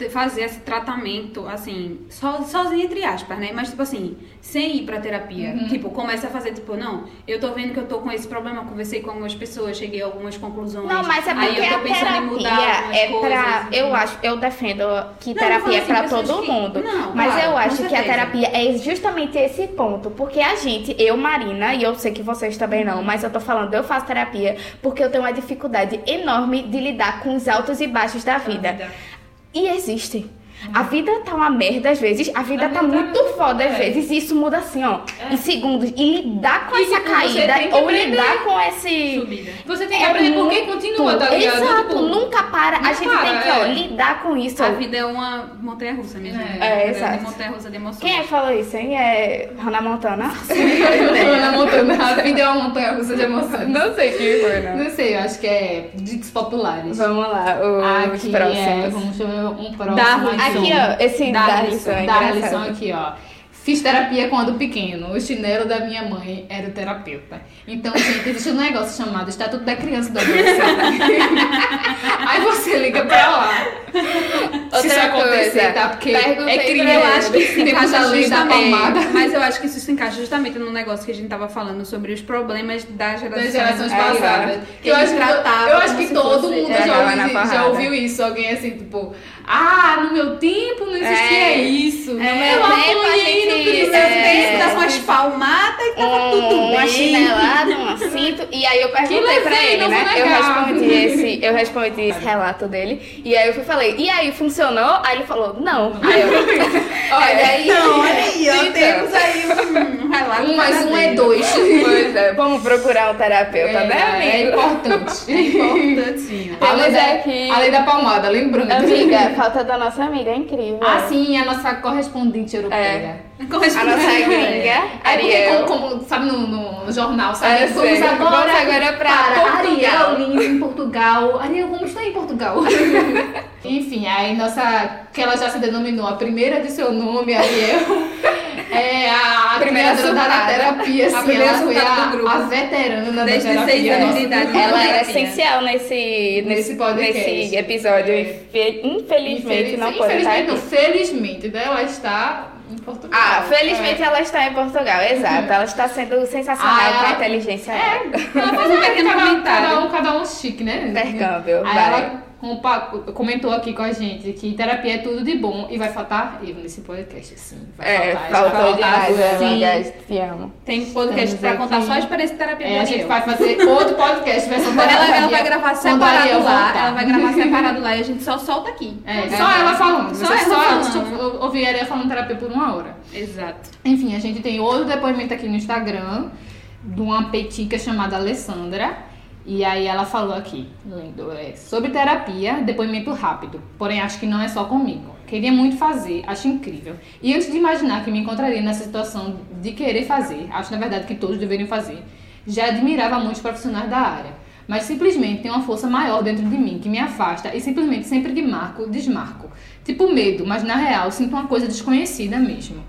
fazer esse tratamento, assim, sozinho entre aspas, né? Mas, tipo assim, sem ir pra terapia. Tipo, começa a fazer, tipo, não, eu tô vendo que eu tô com esse problema, conversei com algumas pessoas, cheguei a algumas conclusões. Não, mas é porque aí eu tô pensando em mudar algumas coisas. Eu defendo que terapia é assim, pra todo mundo. Não, mas claro, eu com acho que a certeza. terapia é justamente esse ponto. Porque a gente, eu, Marina, e eu sei que vocês também não, mas eu tô falando, eu faço terapia porque eu tenho uma dificuldade enorme de lidar com os altos e baixos da vida. E existe. A vida tá uma merda às vezes, a vida tá muito foda às vezes, e isso muda assim, ó, em segundos. E lidar com essa caída, ou lidar com esse... Subida. Você tem que aprender porque continua, tá ligado? Exato, Tipo, nunca para. A gente tem que, ó, lidar com isso. A vida é uma montanha-russa mesmo. exato. Uma montanha-russa de emoções. Quem é que falou isso, hein? É Hannah Montana? Ana Montana, a vida é uma montanha russa de emoções. Não sei quem foi, não. Não sei, eu acho que é ditos populares. Vamos lá, os Aqui próximos. vamos ver um próximo. Darlison. Aqui, ó, esse Darlison é Darlison engraçado. aqui, ó. Fiz terapia quando pequeno. O chinelo da minha mãe era o terapeuta. Então, gente, existe um negócio chamado Estatuto da Criança e do Adolescente. Aí você liga pra lá. Se isso acontecer, coisa, tá? Porque perguntei é pra criança. Eu acho que se Temos encaixa a lei da justamente, palmada. mas eu acho que isso se encaixa justamente no negócio que a gente tava falando sobre os problemas das Das gerações gerações passadas. Que eu acho Eu acho que todo mundo na já porrada. ouviu isso. Alguém assim, tipo, no meu tempo não existia isso. No meu tempo, eu a apanhei no gente- primeiro dava umas palmadas e tava tudo uma bem. chinelada, um cinto, e aí eu perguntei levei, pra ele, não né? vou Eu negar. respondi esse relato dele, e aí eu falei, e aí, funcionou? Aí ele falou, não. Aí eu, olha aí. Então, olha aí, ó, Então. temos aí um relato. 1 mais 1 é 2. Pois é, vamos procurar um terapeuta, né, É amigo? importante. É importantinho. Temos aqui- A lei da palmada, lembrando. Amiga, falta da nossa amiga, é incrível. Sim, a nossa correspondente europeia. A nossa gringa, Ariel. Como, sabe, no jornal, sabe? Eu sei. Vamos agora pra Portugal. Ariel Lins em Portugal. Ariel, como está em Portugal? Enfim, aí que ela já se denominou a primeira de seu nome, Ariel. É a Primeira criadora da surtada. terapia, assim, A primeira ela foi surtada do grupo. a veterana Desde da terapia. 6 anos de idade. Ela era terapia. essencial nesse podcast. nesse episódio. Infelizmente não pode estar Infelizmente, não, aqui. felizmente, né? Ela está em Portugal. Felizmente ela está em Portugal, exato. Ela está sendo sensacional com a inteligência dela. Ela faz um pequeno comentário. cada um chique, né? Intercâmbio, Aí vai. ela comentou aqui com a gente que terapia é tudo de bom e vai faltar eu nesse podcast, assim. Vai Faltou vai demais, sim. amigas. Te amo. Tem podcast pra Estamos contar aqui. só a experiência de terapia A gente Ariel. vai fazer outro podcast, versão Ela terapia. vai gravar quando a Ariel separado lá. voltar. Ela vai gravar separado lá e a gente só solta aqui. Só ela falando. Só Você ela só falando. ouvir a Ariel falando terapia por 1 hora. Exato. Enfim, a gente tem outro depoimento aqui no Instagram de uma petica chamada Alessandra. E aí ela falou aqui, lendo, sobre terapia, depoimento rápido. Porém, acho que não é só comigo. Queria muito fazer, acho incrível. E antes de imaginar que me encontraria nessa situação de querer fazer, acho na verdade que todos deveriam fazer, já admirava muitos profissionais da área. Mas simplesmente tem uma força maior dentro de mim que me afasta e simplesmente sempre desmarco. Tipo medo, mas na real sinto uma coisa desconhecida mesmo.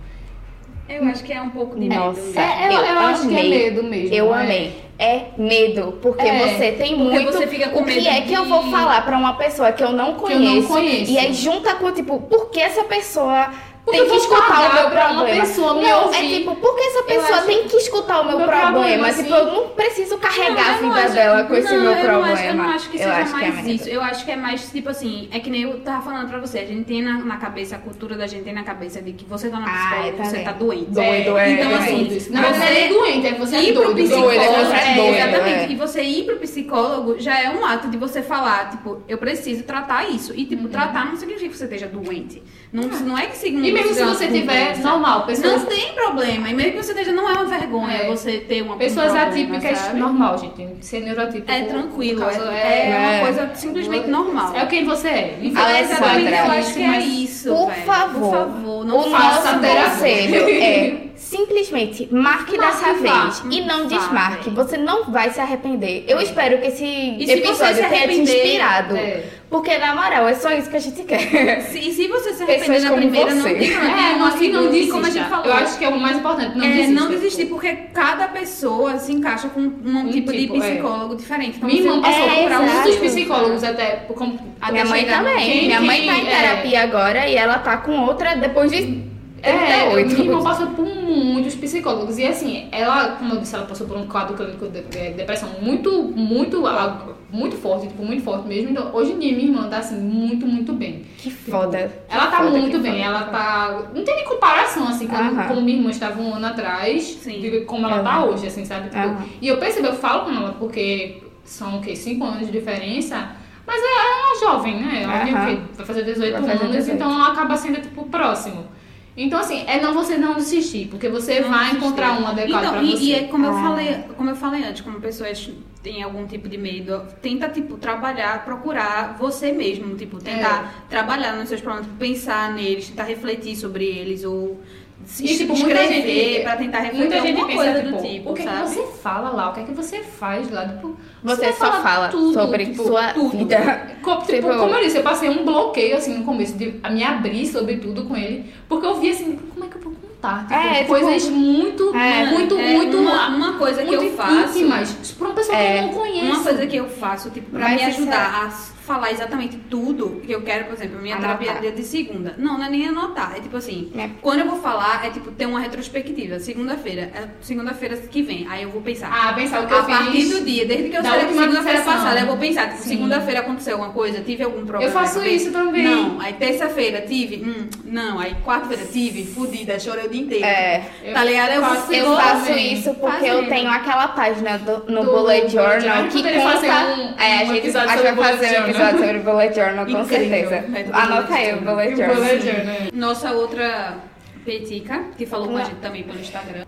Eu acho que é um pouco de Nossa. medo. Eu acho que é amei. medo mesmo. Eu amei. É medo, porque você tem porque muito. você fica com o que medo é que eu vou falar pra uma pessoa que eu não Que eu não conheço? conheço. E aí junta com, tipo, por que essa pessoa Porque tem eu que vou escutar pagar o meu pra uma problema? pessoa me não, ouvir. é tipo, por que essa pessoa acho- tem que escutar o meu meu problema? problema, Tipo, assim. eu não preciso carregar a vida dela com esse meu eu problema. não acho que seja é mais medo. isso. Eu acho que é mais, tipo assim, é que nem eu tava falando pra você. A gente tem na cabeça, a cultura da gente tem na cabeça de que você tá na psicóloga, tá você bem. tá doente. Doido, Então, assim, Não, você é doente, é que você é ir pro doido. psicólogo, Doido, é que você é doido, exatamente. é. E você ir pro psicólogo já é um ato de você falar, tipo, eu preciso tratar isso. E, tipo, tratar não significa que você esteja doente. Não é que significa. E mesmo se você tiver normal, pessoas, Não tem problema. E mesmo que você esteja, não é uma vergonha você ter uma pessoas um problema, atípicas, sabe? normal, gente. Ser neurotípico. É tranquilo, no caso, é uma coisa simplesmente normal. É o que você é. Exatamente, eu Alessandra, acho que é isso, Por velho. favor, Por favor, não o faça nosso terapia. conselho é simplesmente simplesmente marque dessa vez e não desmarque. Você não vai se arrepender. Eu espero que esse episódio tenha te inspirado. Porque, na moral, é só isso que a gente quer. E se você se arrepender na primeira, não tem não desista. Como a gente falou. Eu acho que é o mais importante, não desistir, porque cada pessoa se encaixa com um tipo de psicólogo diferente. Então, minha irmã passou por muitos psicólogos até a minha mãe também. Minha mãe tá em terapia agora e ela tá com outra depois de 38. Minha irmã passou por muitos psicólogos. E assim, ela, como eu disse, ela passou por um quadro clínico de depressão muito forte, tipo, muito forte mesmo. Então, hoje em dia, minha irmã tá assim, muito, muito bem. Que foda. Ela tá muito bem, ela tá... Não tem nem comparação, assim, como minha irmã estava um ano atrás, de como ela tá hoje, assim, sabe? Tipo, e eu percebo, eu falo com ela, porque são, 5 anos de diferença, mas ela é uma jovem, né? Ela vai fazer 18 anos, então ela acaba sendo, tipo, próximo. Então, assim, você não desistir, porque você vai encontrar um adequado pra você. E é como eu falei antes, como pessoas têm algum tipo de medo, tenta, tipo, trabalhar, procurar você mesmo, tipo, tentar trabalhar nos seus problemas, pensar neles, tentar refletir sobre eles, ou escrever pra tentar refletir alguma coisa do tipo, o que sabe? É que você fala lá, o que é que você faz lá, tipo, você só fala tudo, sobre tipo, sua vida. Como eu disse, eu passei um bloqueio, assim, no começo, de me abrir sobre tudo com ele, porque eu vi, assim, como é que eu vou contar? Tipo, coisas muito uma coisa que eu faço, íntimas, pra uma pessoa que eu não conheço. Uma coisa que eu faço, tipo, pra me ajudar a falar exatamente tudo que eu quero, por exemplo, minha terapia é dia de segunda. Não é nem anotar, é tipo assim, quando eu vou falar, é tipo ter uma retrospectiva. Segunda-feira que vem, aí eu vou pensar. Pensar o que eu fiz. A partir do dia, desde que eu saí segunda-feira passada, eu vou pensar, tipo, segunda-feira aconteceu alguma coisa, tive algum problema. Eu faço isso também. Não, aí terça-feira tive, não, aí quarta-feira tive, fodida, chorei o dia inteiro. Tá ligado? Eu faço isso porque eu tenho aquela página no Bullet Journal que conta. A gente vai fazer um episódio sobre o Bullet Journal, com certeza. Anota aí o Bullet Journal. Nossa outra petica, que falou com a gente também pelo Instagram,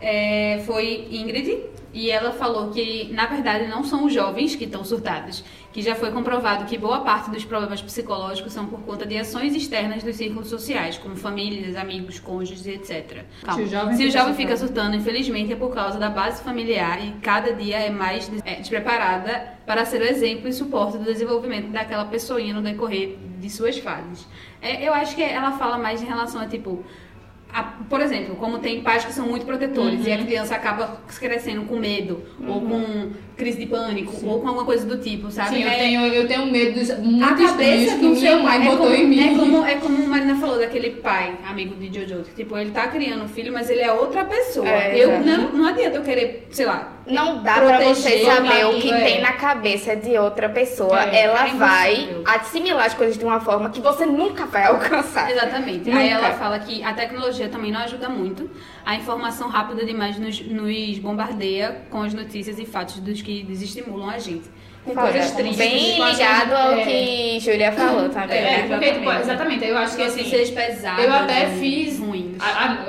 foi Ingrid, e ela falou que, na verdade, não são os jovens que estão surtados, que já foi comprovado que boa parte dos problemas psicológicos são por conta de ações externas dos círculos sociais, como famílias, amigos, cônjuges, etc. Se o jovem fica surtando, infelizmente, é por causa da base familiar e cada dia é mais despreparada para ser o exemplo e suporte do desenvolvimento daquela pessoinha no decorrer de suas fases. Eu acho que ela fala mais em relação a, tipo... por exemplo, como tem pais que são muito protetores e a criança acaba crescendo com medo, ou com crise de pânico, ou com alguma coisa do tipo, sabe? Sim, eu tenho medo muito a cabeça que minha mãe botou em mim. É como a Marina falou daquele pai, amigo de Jojo, que, tipo, ele tá criando um filho, mas ele é outra pessoa. Não adianta eu querer, sei lá, não dá pra você saber o que tem na cabeça de outra pessoa. Ela vai assimilar as coisas de uma forma que você nunca vai alcançar. Exatamente. Aí ela fala que a tecnologia também não ajuda muito. A informação rápida demais nos bombardeia com as notícias e fatos dos que desestimulam a gente. Com coisas tristes. Bem ligado ao que Júlia falou, tá vendo? Porque, tipo, exatamente, eu acho que assim, seja pesado, eu até fiz ruins.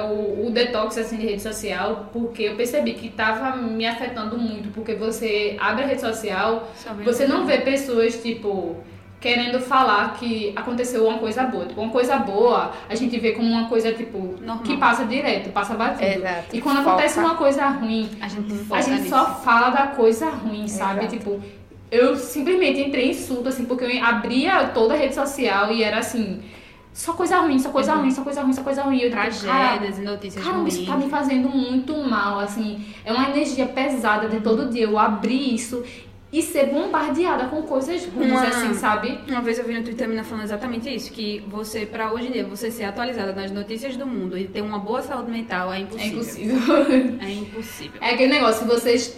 O detox assim, de rede social, porque eu percebi que tava me afetando muito, porque você abre a rede social, você não vê pessoas, tipo, querendo falar que aconteceu uma coisa boa. Tipo, uma coisa boa, a gente vê como uma coisa, tipo, normal, que passa direto, passa batido. Exato. E quando acontece uma coisa ruim, a gente só fala da coisa ruim, sabe? Exato. Tipo, eu simplesmente entrei em surto, assim, porque eu abria toda a rede social e era assim... Só coisa ruim, só coisa ruim, só coisa ruim, só coisa ruim. Eu, tragédias e notícias ruins. Isso tá me fazendo muito mal, assim. É uma energia pesada de todo dia. Eu abrir isso e ser bombardeada com coisas ruins, assim, sabe? Uma vez eu vi no Twitter a menina falando exatamente isso, que você, pra hoje em dia, você ser atualizada nas notícias do mundo e ter uma boa saúde mental é impossível. É impossível. É aquele negócio,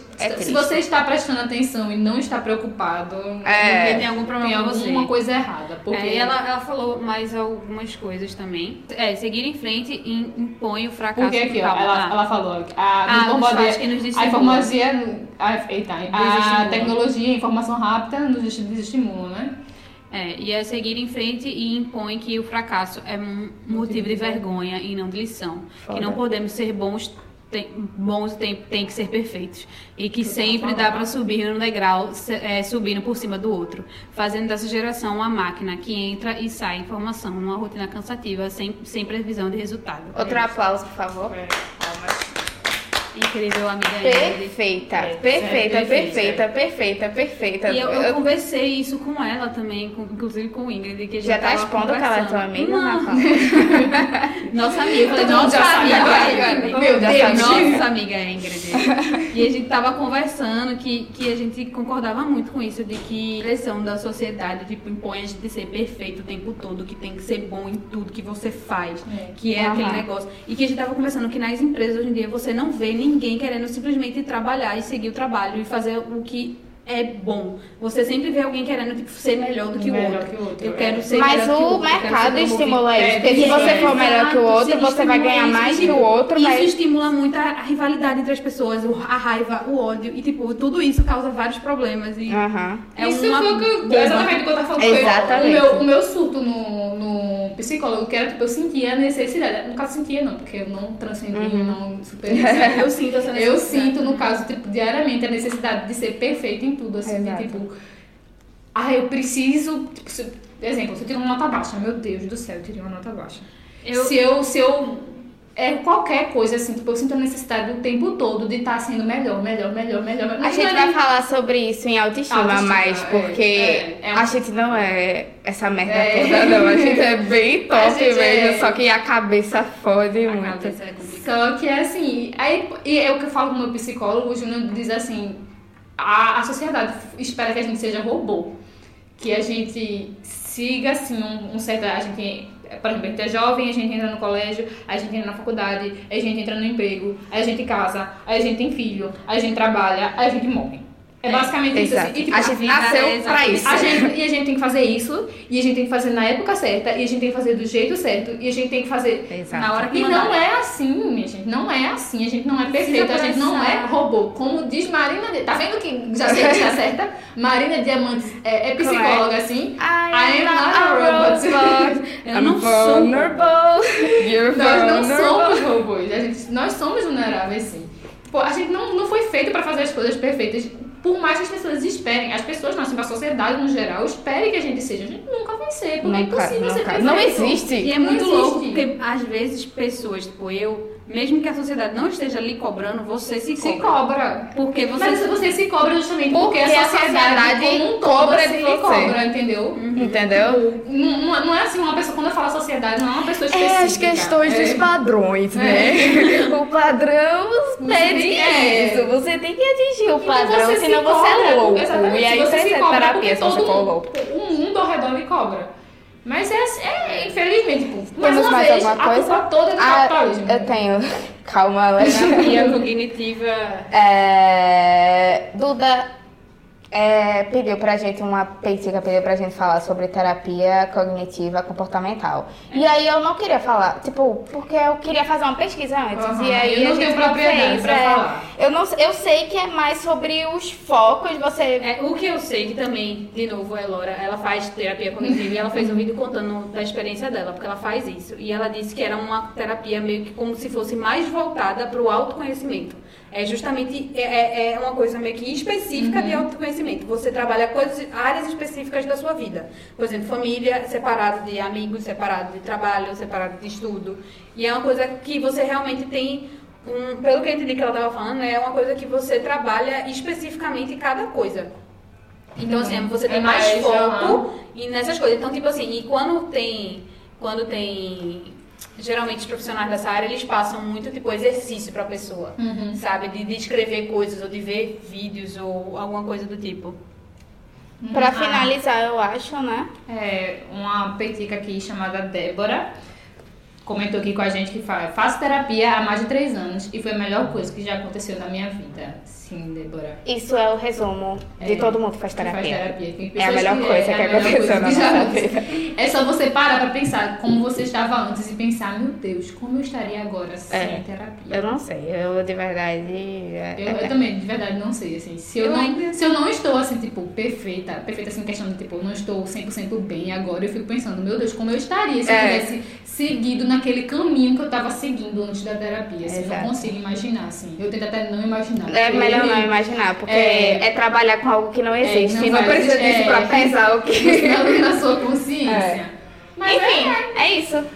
se você está prestando atenção e não está preocupado, porque tem algum problema com você. Tem alguma coisa errada. Porque... ela falou mais algumas coisas também. Seguir em frente e impõe o fracasso. Porque aqui, ó, ela falou a tecnologia, a informação rápida nos desestimula, né? E seguir em frente e impõe que o fracasso é um motivo de vergonha e não de lição. Foda. Que não podemos ser bons tem que ser perfeitos. E que sempre dá para subir no degrau, subindo por cima do outro. Fazendo dessa geração uma máquina que entra e sai informação numa rotina cansativa, sem previsão de resultado. Outro aplauso, por favor. Palmas. incrível amiga Ingrid. Perfeita. E eu conversei isso com ela também, inclusive com o Ingrid, que a gente já tá tava expondo que ela é tua amiga, não. Rafa? Nossa amiga, eu falei, Todo mundo nossa já sabe amiga, agora. Ingrid. Meu Deus. Nossa amiga Ingrid. E a gente tava conversando que a gente concordava muito com isso, de que a pressão da sociedade, tipo, impõe a gente ser perfeito o tempo todo, que tem que ser bom em tudo que você faz, que é aquele negócio. E que a gente tava conversando que nas empresas hoje em dia você não vê ninguém querendo simplesmente trabalhar e seguir o trabalho e fazer o que é bom. Você sempre vê alguém querendo tipo, ser melhor do que o outro. Eu quero ser Mas melhor que o o outro. mercado estimula isso. Porque se você for melhor que o outro, você vai ganhar mais que o outro. Isso estimula muito a rivalidade entre as pessoas, a raiva, o ódio. E tipo, tudo isso causa vários problemas. E é isso uma foi exatamente o que eu tava falando. Exatamente. O meu surto no psicólogo, que era tipo, eu sentia a necessidade. No caso, sentia não, porque eu não transcendi, não superei. Eu sinto essa necessidade. Eu sinto, no caso, tipo, diariamente a necessidade de ser perfeito em tudo, assim, de, tipo, eu preciso, tipo, exemplo, se eu tiro uma nota baixa, meu Deus do céu, eu tirei uma nota baixa. Se eu qualquer coisa, assim, tipo, eu sinto a necessidade o tempo todo de estar sendo melhor. A gente vai falar sobre isso em autoestima mais, porque a gente não é essa merda toda, não. A gente é bem top mesmo, só que a cabeça fode muito. Só que é assim, e é o que eu falo com o meu psicólogo, o Júnior diz assim, a sociedade espera que a gente seja robô, que a gente siga assim um certo, a gente, por exemplo, a gente é jovem, a gente entra no colégio, a gente entra na faculdade, a gente entra no emprego, a gente casa, a gente tem filho, a gente trabalha, a gente morre. É basicamente isso. Assim. E, tipo, a gente nasceu pra isso. A gente tem que fazer isso, e a gente tem que fazer na época certa, e a gente tem que fazer do jeito certo, e a gente tem que fazer na hora que E mandar. não é assim, minha gente. Não é assim. A gente não é perfeito, a gente não é robô. Como diz Marina... Tá vendo que já sei que tá certa? Marina Diamantes é psicóloga, assim. I am not a robot. Eu não sou Nós não somos robôs. Nós somos vulneráveis, sim. Pô, a gente não foi feito pra fazer as coisas perfeitas. Por mais que as pessoas esperem, as pessoas, não, assim, a sociedade no geral, espere que a gente seja. A gente nunca vai ser, porque é impossível ser perfeito. Não existe. E é muito louco, porque às vezes pessoas, tipo mesmo que a sociedade não esteja ali cobrando, você se cobra. Porque você... Mas você se cobra justamente porque a sociedade como um cobra todo de se você. cobra, entendeu? Entendeu? Não é assim, uma pessoa, quando eu falo sociedade, não é uma pessoa específica. As questões dos padrões, né? O padrão pede isso. Você tem que atingir o padrão, senão você é louco. Exatamente. E aí você você se é cobra terapia, se você for louco. O mundo ao redor me cobra. Mas infelizmente, tipo, mais Temos uma mais vez, alguma a coisa? culpa toda é do capitalismo. Eu tenho. Calma, Alexandre. terapia cognitiva... Duda pediu pra gente pediu pra gente falar sobre terapia cognitiva comportamental. E aí eu não queria falar, tipo, porque eu queria fazer uma pesquisa antes. E aí eu não tenho propriedade pra falar. Eu sei que é mais sobre os focos, o que eu sei que também, de novo, a Elora, ela faz terapia cognitiva e ela fez um vídeo contando da experiência dela, porque ela faz isso. E ela disse que era uma terapia meio que como se fosse mais voltada pro autoconhecimento. É justamente uma coisa meio que específica de autoconhecimento. Você trabalha áreas específicas da sua vida. Por exemplo, família, separado de amigos, separado de trabalho, separado de estudo. E é uma coisa que você realmente tem, pelo que eu entendi que ela estava falando, é uma coisa que você trabalha especificamente em cada coisa. Então, assim, você tem mais foco nessas coisas. Então, tipo assim, e quando tem geralmente os profissionais dessa área, eles passam muito, tipo, exercício pra pessoa, sabe? De escrever coisas, ou de ver vídeos, ou alguma coisa do tipo. Pra finalizar, eu acho, né? Uma petica aqui chamada Débora comentou aqui com a gente que faço terapia há mais de 3 anos e foi a melhor coisa que já aconteceu na minha vida. Sim, Débora. Isso é o resumo de todo mundo que faz terapia. Tem É a melhor coisa que aconteceu na nossa vida. É só você parar pra pensar como você estava antes e pensar, meu Deus, como eu estaria agora sem terapia? Eu não sei, eu de verdade... Eu também, de verdade, não sei, assim, se eu não estou, assim, tipo, perfeita assim, questão de, tipo, eu não estou 100% bem agora, eu fico pensando, meu Deus, como eu estaria se eu tivesse seguido naquele caminho que eu tava seguindo antes da terapia, assim, eu não consigo imaginar, assim, eu tento até não imaginar. É melhor não imaginar, porque é trabalhar com algo que não existe, e não precisa disso pra pensar o que... Na sua consciência. Mas enfim, é isso.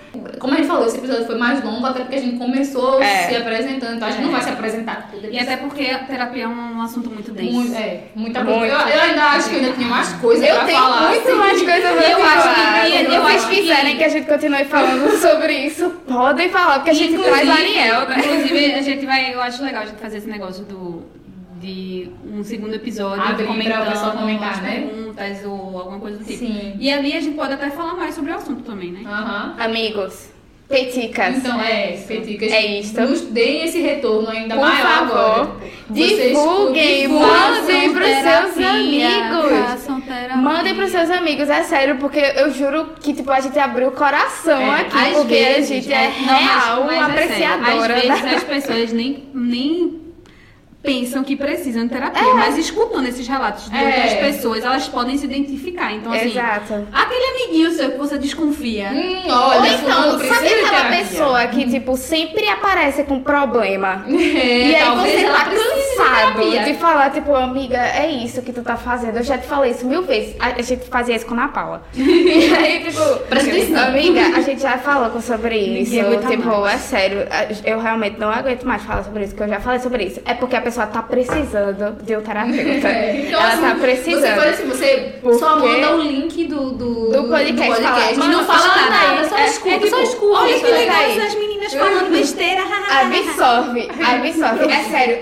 como a gente falou, esse episódio foi mais longo, até porque a gente começou É. se apresentando, então a gente não vai se apresentar tudo. E até porque a terapia é um assunto muito denso. Muita Muito. coisa. Eu ainda acho que eu ainda tinha mais coisas Eu pra tenho falar. muito assim. mais coisa pra Eu falar. acho que- Se eu vocês acho que- quiserem que a gente continue falando sobre isso, podem falar, porque a gente traz a Ariel, né? Inclusive, a gente vai, eu acho legal a gente fazer esse negócio de um segundo episódio, Abrir pra comentando o pessoal comentar, as né? perguntas ou alguma coisa do tipo. Sim. E ali a gente pode até falar mais sobre o assunto também, né? Aham. Amigos, peticas. Então, Peticas, É isto. nos deem esse retorno ainda Por maior favor, agora. divulguem, mandem pros seus amigos. Façam terapia. Mandem pros seus amigos, é sério, porque eu juro que tipo, a gente abriu o coração aqui, Às porque vezes, a gente é não, real, mas é sério. apreciadora. Às vezes da- as pessoas nem pensam que precisam de terapia, mas escutando esses relatos de outras pessoas, elas podem se identificar. Então, assim, Exato. aquele amiguinho seu que você desconfia. Olha, Ou então, fulano precisa sabe de aquela terapia. pessoa que, tipo, sempre aparece com problema? E aí talvez você ela tá precise de cansado terapia. de falar, tipo, amiga, é isso que tu tá fazendo. Eu já te falei isso 1000 vezes. A gente fazia isso com a Ana Paula. E aí, tipo, Presta atenção. amiga, a gente já falou sobre isso. Ninguém aguenta Tipo, mais. é sério, eu realmente não aguento mais falar sobre isso, porque eu já falei sobre isso. É porque a pessoa tá precisando de um terapeuta. Então, Ela assim, tá Você precisando. faz assim, você só Porque- manda o link do podcast, fala, e não fala escuta nada, aí. só É, escuta, tipo, só escuta. Olha que Escuta legal aí. essas meninas falando besteira. Absorve. É sério,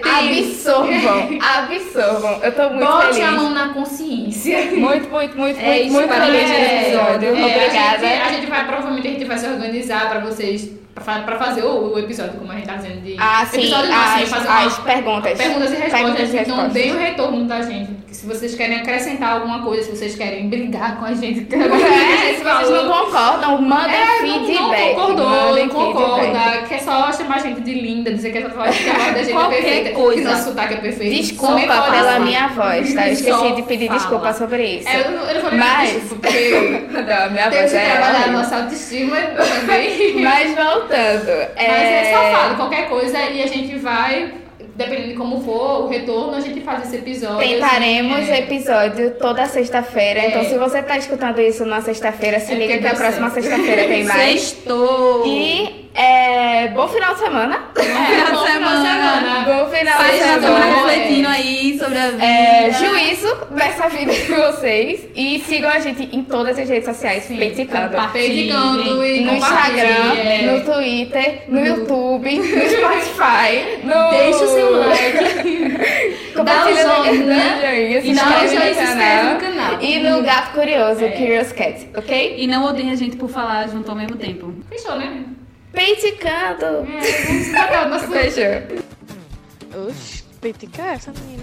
absorvam. Eu tô muito Bote feliz. a mão na consciência. Muito isso, muito parabéns feliz nesse episódio. Obrigada. Obrigada. A gente vai, provavelmente, a gente vai se organizar pra vocês, pra fazer o episódio, como a gente tá dizendo de... Ah, sim, episódio não, assim, fazer as perguntas. perguntas e respostas. Perguntas e Então, respostas. deem o retorno da gente. Porque se vocês querem acrescentar alguma coisa, se vocês querem brigar com a gente... É, se vocês não concordam, mandem feedback. Não concordou, mandem não concorda, feedback. quer só chamar a gente de linda, dizer que a voz da gente é Qualquer perfeita, coisa. que nosso sotaque é perfeito. Desculpa Também pode pela falar. minha voz, tá? Eu esqueci Só de pedir fala. desculpa sobre isso. Eu não vou pedir Mas- desculpa, porque Não, minha temos voz que trabalhar a horrível. nossa autoestima também. Mas voltando. Mas é só fala qualquer coisa e a gente vai, dependendo de como for o retorno, a gente faz esse episódio. Tentaremos assim, episódio toda sexta-feira. É. Então, se você tá escutando isso na sexta-feira, se É liga porque que a deu próxima certo. sexta-feira tem mais. Sextou. E bom final de semana. bom final de semana. Bom final de Vocês já estão semana. refletindo aí sobre a vida. Juízo dessa vida de vocês. E sigam a gente em todas as redes sociais, Peticando. Peticando e No Instagram, compartilhem. no Twitter, no YouTube, no Spotify, no... Deixa o seu like. Compartilha Dá o no joinha. se E dá o inscreve joinha e no se inscreve no canal. E no Gato Curioso, Curious Cat, ok? E não odeiem a gente por falar junto ao mesmo tempo. Fechou, né? Peticando! Vamos botar o nosso... Fechou. Oxi, petica essa menina.